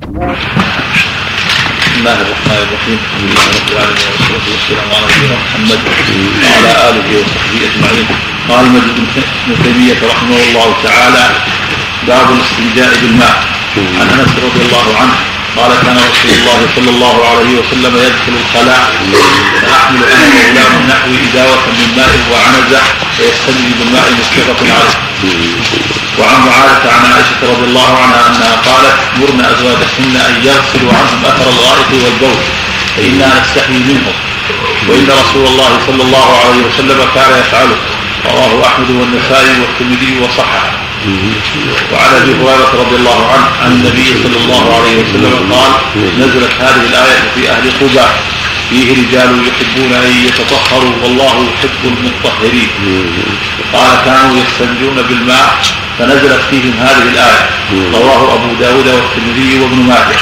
بسم الله الرحمن الرحيم. الحمد لله رب العالمين والصلاة والسلام على نبينا محمد وعلى آله وصحبه أجمعين. قال المجد بن تيمية رحمه الله تعالى: باب الاستنجاء بالماء. عن أنس رضي الله عنه قال: كان رسول الله صلى الله عليه وسلم يدخل الخلاء فأحمل أنا وغلام نحو إداوة من ماء وعنزة فيستنجي بالماء متفق عليه. وعن معاذة عن عائشة رضي الله عنها أنها قالت: مرن أزواجهن أن يغسلوا عنهم أثر الغائط والبول فإنها نستحيي منه، وإن رسول الله صلى الله عليه وسلم كان يفعله. رواه أحمد والنسائي والترمذي وصححه. وعن أبي هريرة رضي الله عنه عن النبي صلى الله عليه وسلم قال: نزلت هذه الآية في أهل قباء فيه رجال يحبون أن يتطهروا والله يحب المطهرين. قال: كانوا يستنجون بالماء فنزلت فيهم هذه الآية. رواه أبو داود والترمذي وابن ماجه.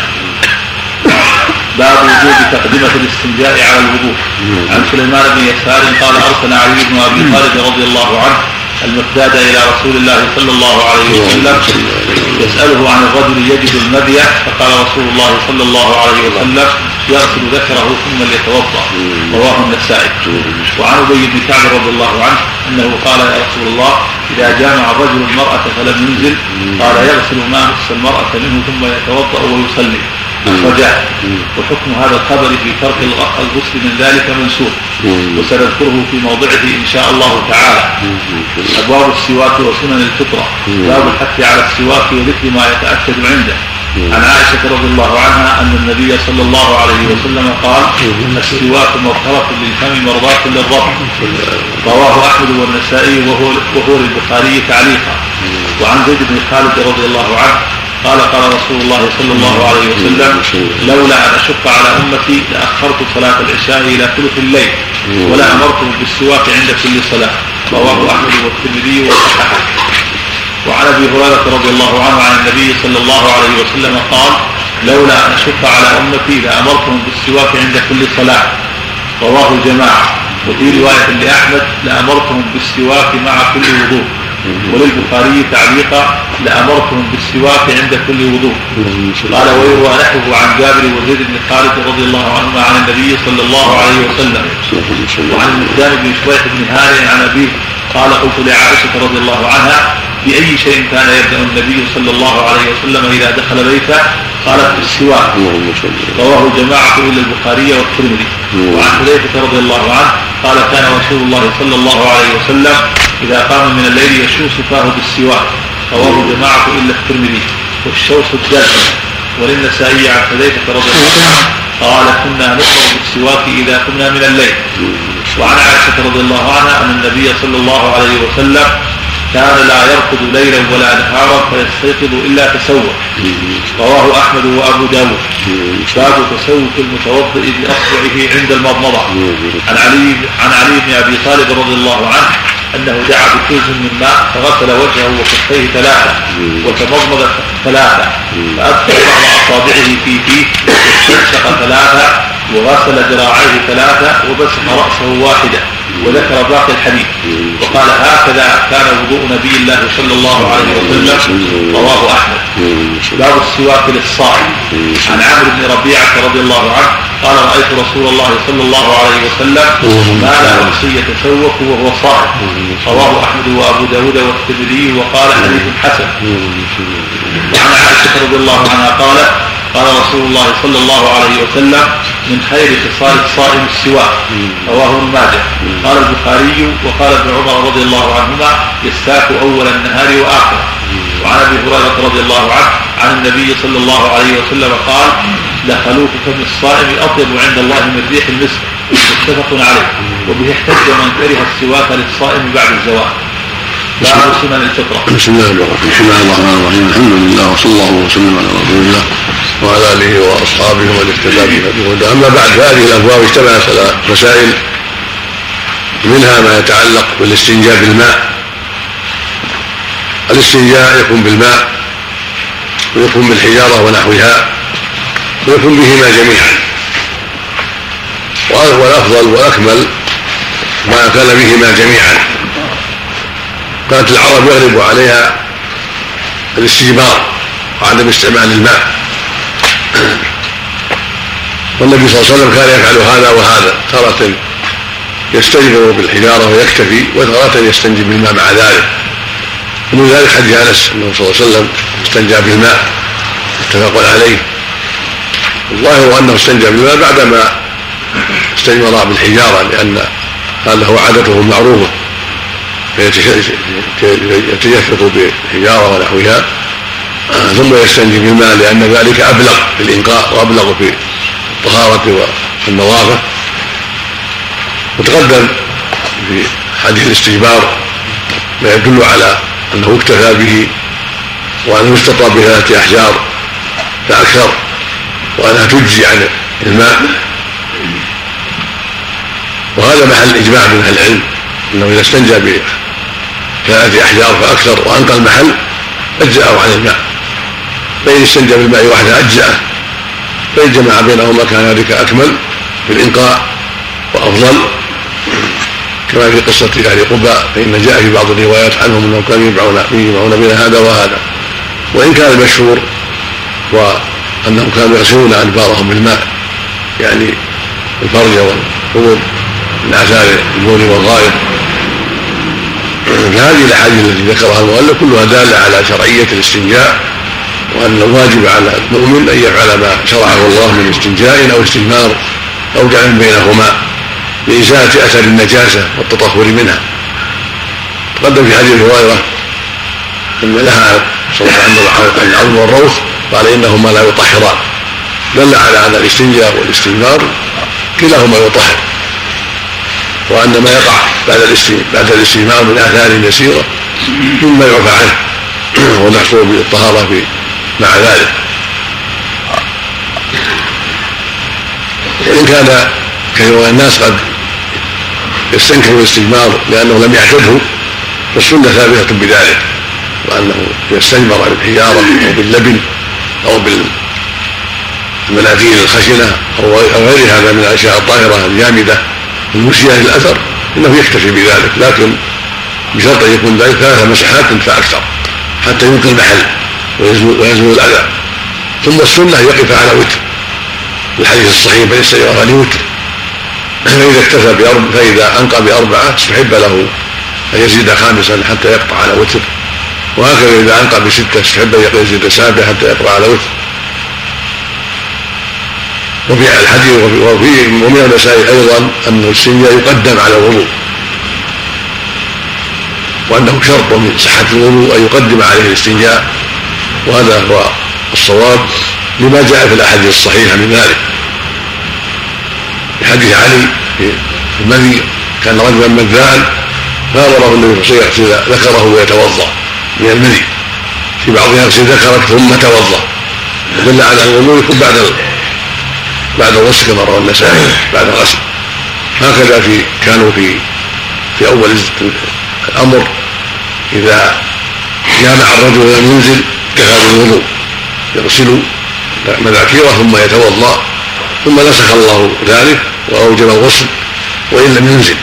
باب وجوب تقدمة الاستنجاء على الوضوء. عن سليمان بن يسار قال: أرسل علي بن أبي طالب رضي الله عنه المقداد إلى رسول الله صلى الله عليه وسلم يسأله عن الرجل يجد المذي، فقال رسول الله صلى الله عليه وسلم: يغسل ذكره ثم ليتوضأ. رواه النسائي. وعن أبي بن كعب رضي الله عنه أنه قال: يا رسول الله، إذا جامع الرجل المرأة فلم ينزل قال: يغسل ما مس المرأة منه ثم يتوضأ ويصلي. أخرجاه. وحكم هذا الخبر في ترك الغسل من ذلك منسوخ، وسنذكره في موضعه إن شاء الله تعالى. أبواب السواك وسنن الفطرة. باب الحث على السواك وذكر ما يتأكد عنده. عن عائشة رضي الله عنها أن النبي صلى الله عليه وسلم قال: السواك مطهرة للفم مرضاة للرب. رواه أحمد والنسائي وهو للبخاري تعليقا. وعن زيد بن خالد رضي الله عنه قال: قال رسول الله صلى الله عليه وسلم: لولا أن أشق على أمتي لأخرت صلاة العشاء إلى ثلث الليل ولا أمرتهم بالسواك عند كل صلاة. رواه أحمد والترمذي وصححه. وعن أبي هريرة رضي الله عنه عن النبي صلى الله عليه وسلم قال: لولا أن أشق على أمتي لأمرتهم بالسواك عند كل صلاة. رواه الجماعة. وفي رواية لأحمد: لأمرتهم بالسواك مع كل وضوء. وللبخاري تعليقا: لأمرتهم بالسواك عند كل وضوء. قال: ويروى نحوه عن جابر وزيد بن خالد رضي الله عنهما عن النبي صلى الله عليه وسلم. وعن المقدام بن شويح بن هانئ عن أبيه قال: قلت لعائشة رضي الله عنها: بأي شيء كان يبدأ النبي صلى الله عليه وسلم إذا دخل بيته؟ قالت: بالسواك. رواه الجماعة إلا البخاري والترمذي. وعن حذيفة رضي الله عنه قال: كان رسول الله صلى الله عليه وسلم إذا قام من الليل يشوس فاه بالسواك. رواه الجماعة إلا الترمذي. والشوس الدلع. وللنسائي عن حذيفة رضي الله عنه قال: كنا نقرأ بالسواك إذا قمنا من الليل. وعن عائشة رضي الله عنها أن النبي صلى الله عليه وسلم كان لا يرقد ليلا ولا نهارا فيستيقظ إلا تسوق. رواه أحمد وأبو داود. باب تسوق المتوضئ بأصبعه عند المضمضة. عن علي بن أبي طالب رضي الله عنه أنه دعا بكوز من ماء فغسل وجهه وكفيه 3 وتمضمض 3 فأدخل بعض أصابعه في فيه واستنشق 3 وغسل ذراعيه 3 وبسح رأسه 1 وذكر باقي الحديث. وقال: هكذا كان وضوء نبي الله صلى الله عليه وسلم. رواه أحمد. باب السواك للصائم. عن عمرو بن ربيعة رضي الله عنه قال: رأيت رسول الله صلى الله عليه وسلم ما لا يحصي يتسوق وهو صائم. رواه أحمد وأبو داود والترمذي وقال: حديث حسن. وعن عائشة رضي الله عنها قالت: قال رسول الله صلى الله عليه وسلم: من خير خصال الصائم السواك. رواه ابن ماجه. قال البخاري وقال ابن عمر رضي الله عنهما: يستاك أول النهار وآخره. وعن أبي هريرة رضي الله عنه عن النبي صلى الله عليه وسلم قال: لخلوف فم الصائم أطيب عند الله من ريح المسك. متفق عليه. وبه احتج من كره السواك للصائم بعد الزواج. باب سنن الفطرة. بسم الله الرحمن الرحيم. الحمد لله وصلى الله وسلم على رسول الله وعلى آله وأصحابه ومن اهتدى بهداه. أما بعد، فهذه الأبواب اشتملت على مسائل، منها ما يتعلق بالاستنجاء بالماء. الاستنجاء يكون بالماء ويكون بالحجارة ونحوها ويكون بهما جميعا، والأفضل والأكمل ما كان بهما جميعا. كانت العرب يغلب عليها الاستجمار وعدم استعمال الماء، والنبي صلى الله عليه وسلم كان يفعل هذا وهذا، تارة يستجمر بالحجارة ويكتفي، وتارة يستنجي بالماء مع ذلك. ومن ذلك حديث أنس أنه صلى الله عليه وسلم استنجى بالماء، متفق عليه. الظاهر أنه استنجى بالماء بعدما استجمر بالحجارة، لأن هذا هو عادته المعروفة، يتجفف بالحجارة ونحوها ثم يستنجي بالماء، لأن ذلك أبلغ في الإنقاء وأبلغ في الطهارة والنظافة. وتقدم في حديث الاستجمار ما يدل على أنه اكتفى به وأنه استطاب ب3 أحجار فأكثر وأنها تجزي عن الماء. وهذا محل إجماع من أهل العلم أنه إذا استنجى ب3 أحجار فأكثر وأنقى المحل أجزأه عن الماء، فإن استنجى بالماء وحده أجزأه، فإن جمع بينهما كان ذلك أكمل في الإنقاء وأفضل، كما في قصة أهل قباء، فإن جاء في بعض الروايات عنهم أنهم كانوا يجمعون بين هذا وهذا. وإن كان المشهور وأنهم كانوا يغسلون أدبارهم بالماء، يعني الفرج والقبور من آثار البول والغائط. فهذه الأحاديث التي ذكرها المؤلف كلها دالة على شرعية الاستنجاء، وأن الواجب على المؤمن أن يفعل ما شرعه الله من استنجاء أو استجمار أو جمع بينهما لإزالة أثر النجاسة والتطهر منها. تقدم في حديث هريرة أن لها صلى الله عليه وسلم العظم والروث، قال إنهما لا يطهران، دل على أن الاستنجاء والاستجمار كلاهما يطهر، وأن ما يقع بعد الاستجمار من آثار يسيرة مما يعفى عنه ونحصل بالطهارة مع ذلك. وإن كان كثير من الناس قد يستنكر الاستجمار لأنه لم يعتده، فالسنة ثابتة بذلك، وأنه يستجمر بالحجارة أو باللبن أو بالمناديل الخشنة أو غير هذا من الأشياء الطاهرة الجامدة المسيئة للأثر، إنه يكتفي بذلك، لكن بشرط أن يكون ذلك 3 مسحات فأكثر حتى ينقي المحل ويزول الأذى. ثم السنة يقف على وتر، الحديث الصحيح بل استجمر لوتر، فإذا أنقى ب4 استحب له أن يزيد 5 حتى يقطع على وتر، وهكذا إذا أنقى ب6 استحب أن يزيد 7 حتى يقطع على وتر. وفي الحديث ومن المسائل أيضا أن الاستنجاء يقدم على الوضوء، وأنه شرط من صحة الوضوء أن يقدم عليه الاستنجاء، وهذا هو الصواب لما جاء في الأحاديث الصحيحة من ذلك. في حديث علي في المذي كان رجلا مذاء فأمره النبي صلى الله عليه وسلم يغسل ذكره ويتوضأ من المذي، في بعضها يغسل ذكرك ثم توضأ، دل على الوضوء يكون بعد الغسل كما روى النسائي بعد الغسل. هكذا كانوا في أول الأمر إذا جامع الرجل ولم ينزل كفى بالوضوء، يغسل مذاكيره ثم يتوضأ، ثم نسخ الله ذلك وأوجب الغسل وإن لم ينزل.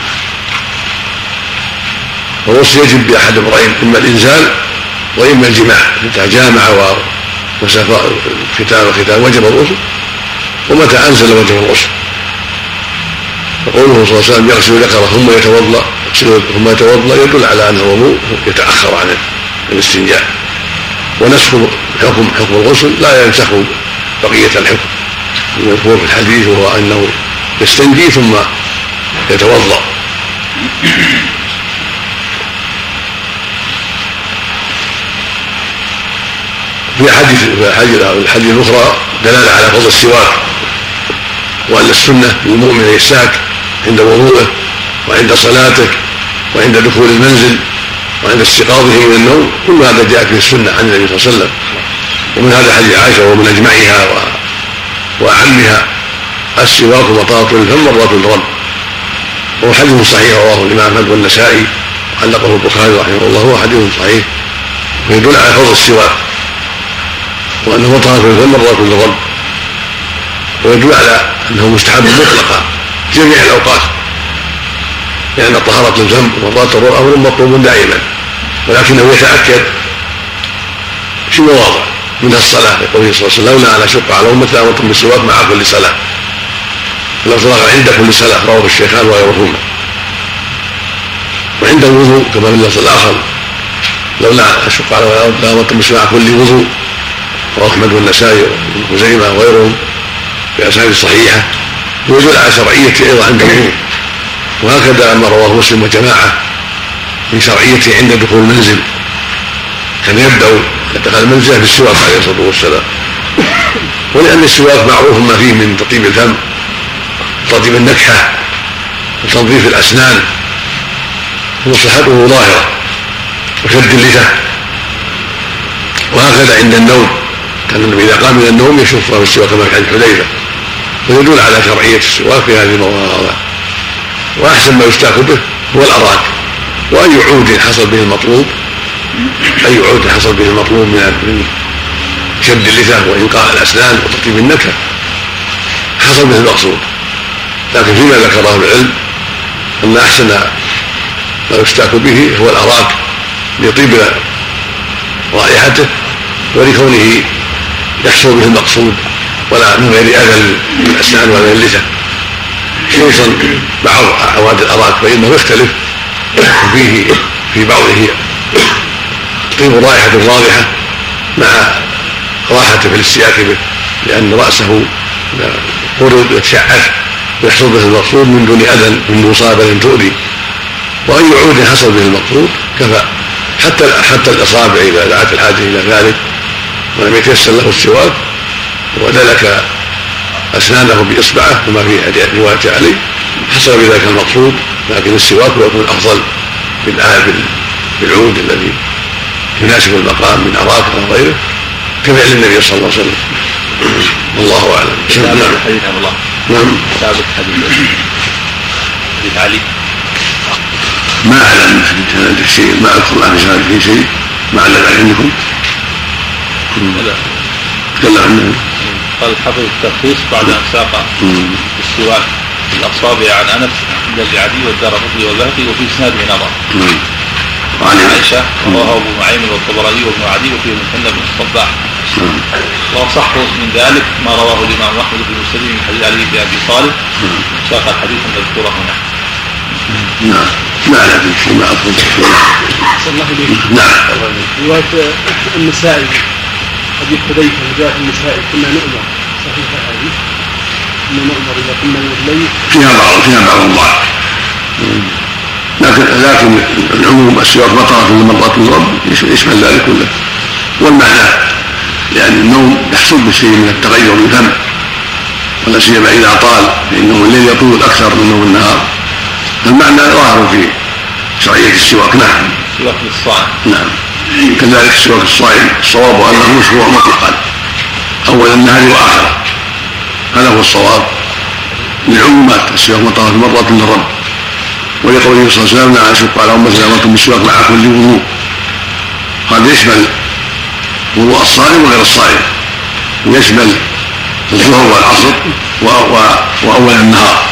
والغسل يجب بأحد أمرين، إما الإنزال وإما الجماع، متى جامع ومسك الختان وجب الغسل، ومتى أنزل وجب الغسل. فقوله صلى الله عليه وسلم يغسل ذكره ثم يتوضأ يدل على أن الوضوء يتأخر عن الاستنجاء. ونسخ حكم الغسل لا ينسخ بقية الحكم المذكور في الحديث، وهو أنه يستنجي ثم يتوضأ. في الحديث الأخرى دلالة على فضل السواك، وأن السنة للمؤمن يستاك عند وضوءه وعند صلاته وعند دخول المنزل وعند استيقاظه من النوم. كل هذا جاء في السنة عن النبي صلى الله عليه وسلم. ومن هذا حديث عائشة ومن أجمعها وأعمها السواك مطاط للفم مرات للرب، وهو حديث صحيح رواه الإمام أحمد والنسائي علقه البخاري رحمه الله، هو حديث صحيح ويدل على فضل السواك وأنه مطاط للفم مرات للرب، ويدل على أنه مستحب مطلقا جميع الأوقات، لأن طهارة الفم ومرات أمر مطلوب دائما، ولكنه يتأكد في مواضع منها الصلاة، يقول صلى الله عليه وسلم لولا أن أشق على أمتي لأمرتهم بالسواك مع كل صلاة، لو صلى عند كل صلاة، رواه الشيخان وغيرهما. وعند الوضوء كما في اللفظ الآخر لولا أشق على لأمرتهم بالسواك مع كل وضوء، رواه أحمد والنسائي وابن خزيمة وغيرهم بأسانيد صحيحة، ويدل على شرعية أيضا عند الوضوء. وهكذا ما رواه مسلم وجماعة من شرعيته عند دخول المنزل، كان يبدأ دخل المنزل بالسواك عليه الصلاة والسلام، ولأن السواك معروف ما فيه من تطيب الفم وتطيب النكحة وتنظيف الأسنان، ومصلحته ظاهرة وشد اللثة. وهكذا عند النوم كان النبي إذا قام من النوم يشف في السواك كما في حديث حذيفة، ويدل على شرعية السواك في هذه المواضع. وأحسن ما يستاك به هو الأراك، وأي عود حصل به المطلوب، أي عود حصل به المطلوب من شد اللثة وإنقاء الأسنان وترتيب النكهة حصل به المقصود. لكن فيما ذكره العلم أن أحسن ما يستاك به هو الأراك لطيب رائحته ولكونه يحصل به المقصود ولا من غير أذى للأسنان ولا للثة، خصوصا بعض أعواد الأراك فإنه يختلف فيه في بعضه طيب رائحة واضحة مع راحة في الاستياك به، لأن رأسه قرد يتشعث ويحصل به المقصود من دون أذى من مصابة تؤذي. وأي عود حصل به المقصود كفى، حتى الأصابع إذا دعت الحاجة إلى ذلك ولم يتيسر له السواك ودلك أسنانه بإصبعه كما في رواية علي حصل بذلك المقصود. لكن السواك يكون أفضل بالعود الذي يناسب المقام من أراك أو غيره كفعل النبي صلى الله عليه وسلم. والله أعلم. حديث الله. نعم. ثابت حديث علي. ما أعلم حديث هذا الشيء، ما أذكر عن هذا فيه شيء. ما علق عندكم؟ تكلم عنه. قال حفظ الترخيص بعد أن ساق السواك الأصابع عن أنس عند العدي والدارقطني والبهقي وفي إسناده نظر. وعن عائشة رواه أبو نعيم والطبراني وابن عدي وفيه المثنى بن الصباح. وصح من ذلك ما رواه الإمام أحمد في مسلم من حديث علي بن أبي طالب ساق الحديث المذكور هنا. نعم. ما أعلم شيء، ما أذكر. صلى الله عليه وسلم. نعم. رواية النسائي حديث حذيفة رواية النسائي كنا نؤمر، صحيحة هذه؟ كنا نؤمر إذا كنا الليل فيها بعض الضعف، لكن العموم السواك مطرة لمرضات الرب يشمل ذلك كله. والمعنى لأن النوم يحصل بشيء من التغير من الفم، ولا سيما إذا طال فإنه الليل يطول أكثر من نوم النهار. المعنى ظاهر في شرعية السواك. نعم. سواك للصائم. نعم. كذلك السواك الصائم الصواب أنه مشروع مطلقا أول النهار وآخره، هذا هو الصواب للعمومات. السواك مطلقا مرة للرب، ولقوله صلى الله عليه وسلم لا أشق على أمتي أمركم بالسواك مع كل وضوء. هذا يشمل وضوء الصائم وغير الصائم، ويشمل الظهر والعصر وأول النهار.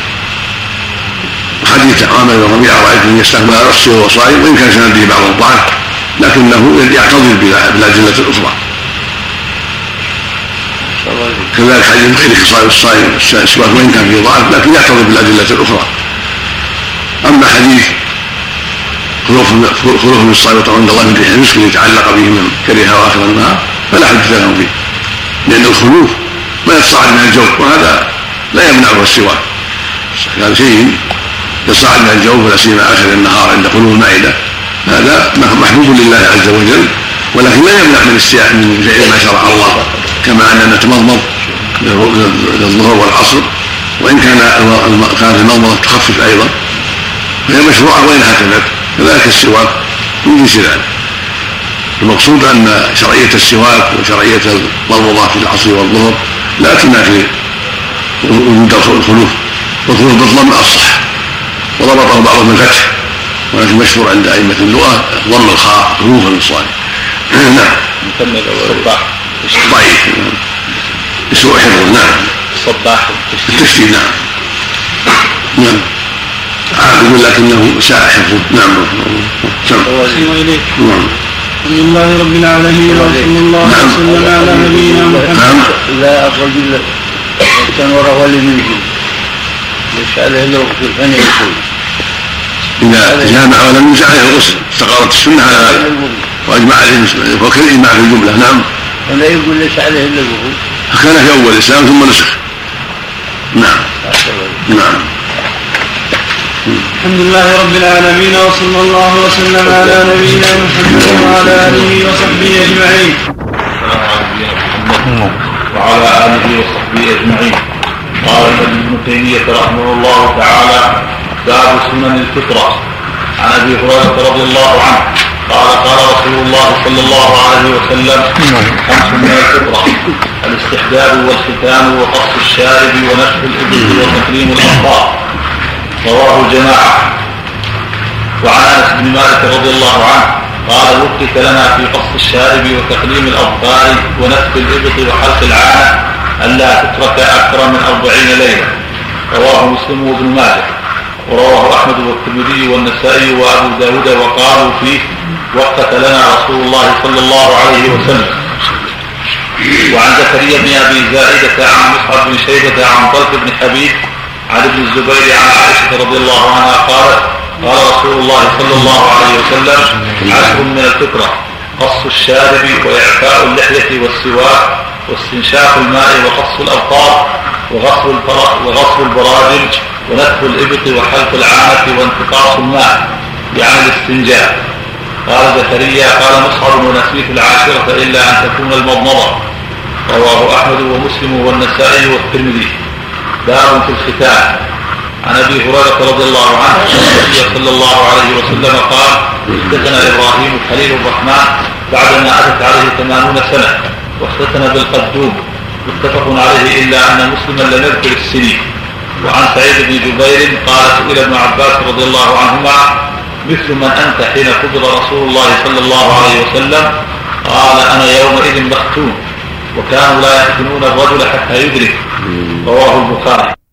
حديث عامر بن ربيعة رأيت أن يستقبل نفسه وهو صائم، وإن كان سند بعض الضعف لكنه يعتضد بالأدلة الأخرى. كذلك حديث خير خصال الصائم السواك وإن كان فيه ضعف لكن يعتضد بالأدلة الأخرى. أما حديث خلوف من الصائم وطعام عند الله من ريح المسك يتعلق به من كره آخر النهار فلا حديث له فيه، لأن الخلوف ما يتصاعد من الجوف، وهذا لا يمنعه السواك. هذا شيء يصعد من الجوف ولا سيما آخر النهار عند خلوف المائدة، هذا محبوب لله عز وجل، ولكن لا يمنع من السياق من فعل ما شرع الله، كما أننا نتمضمض للظهر والعصر وإن كانت المضمضة تخفف أيضا فهي مشروعة وإن هكذا. كذلك السواك من جنس ذلك. المقصود أن شرعية السواك وشرعية المضمضة في العصر والظهر لا تنافي وجود الخلوف، والخلوف بالضم أصح وضبطه بعضهم بالفتح، ولكن مشهور عند أئمة اللغة ضم الخاء خلوفا للصائم. نعم. مثنى الصباح ضعيف يسوء حفظه. نعم. الصباح التشديد. نعم. نعم. عابد لكنه ساء حفظه. نعم. نعم. الحمد لله رب العالمين وصلى الله وسلم على نبينا محمد. لا الرجل كان وراء ولي من جن ليس عليه الا وقت الفن يقول اذا جامع ولم ينزع عليه الغسل استقرت السنه على هذا واجمع عليه وكل اجماع في الجمله. نعم. ولا يقول ليس عليه الا الوضوء، كان في اول الاسلام ثم نسخ. نعم. نعم. الحمد لله رب العالمين وصلى الله وسلم على نبينا محمد وعلى اله وصحبه اجمعين. وعلى آله وصحبه أجمعين. قال ابن تيمية رحمه الله تعالى: باب سنن الفطرة. عن أبي هريرة رضي الله عنه قال رسول الله صلى الله عليه وسلم: 5 من الفطرة: الاستحداد والختان وقص الشارب ونفخ الإبط وتكريم الأظفار. رواه الجماعة. وعن أنس بن مالك رضي الله عنه قال: وكلت لنا في قص الشارب وتكريم الأظفار ونفخ الإبط وحلق العانة ألا تترك أكثر من 40 ليلة. رواه مسلم وابن ماجه. ورواه أحمد والترمذي والنسائي وأبو داود وقالوا فيه: وقت لنا رسول الله صلى الله عليه وسلم. وعن زكريا بن أبي زائدة عن مصعب بن شيبة عن طلق بن حبيب عن ابن الزبير عن عائشة رضي الله عنها قالت: قال رسول الله صلى الله عليه وسلم: 10 من الفطرة: قص الشارب وإعفاء اللحية والسواك واستنشاق الماء وقص الأبطار وغسل البراجل ونتف الإبط وحلق العانة وانتقاص الماء يعني الاستنجاء. قال زكريا: قال مصعب: ونسيت 10 إلا أن تكون المضمضة. رواه أحمد ومسلم والنسائي والترمذي. باب في الختان. عن أبي هريرة رضي الله عنه أن النبي صلى الله عليه وسلم قال: اختتن إبراهيم خليل الرحمن بعدما أتت عليه 80 سنة واختتن بالقدوم. متفق عليه إلا أن مسلما لم يذكر السنين. وعن سعيد بن جبير قال: سئل ابن عباس رضي الله عنهما: مثل من أنت حين قبض رسول الله صلى الله عليه وسلم؟ قال: أنا يومئذ مختون. وكانوا لا يختنون الرجل حتى يدرك. رواه البخاري.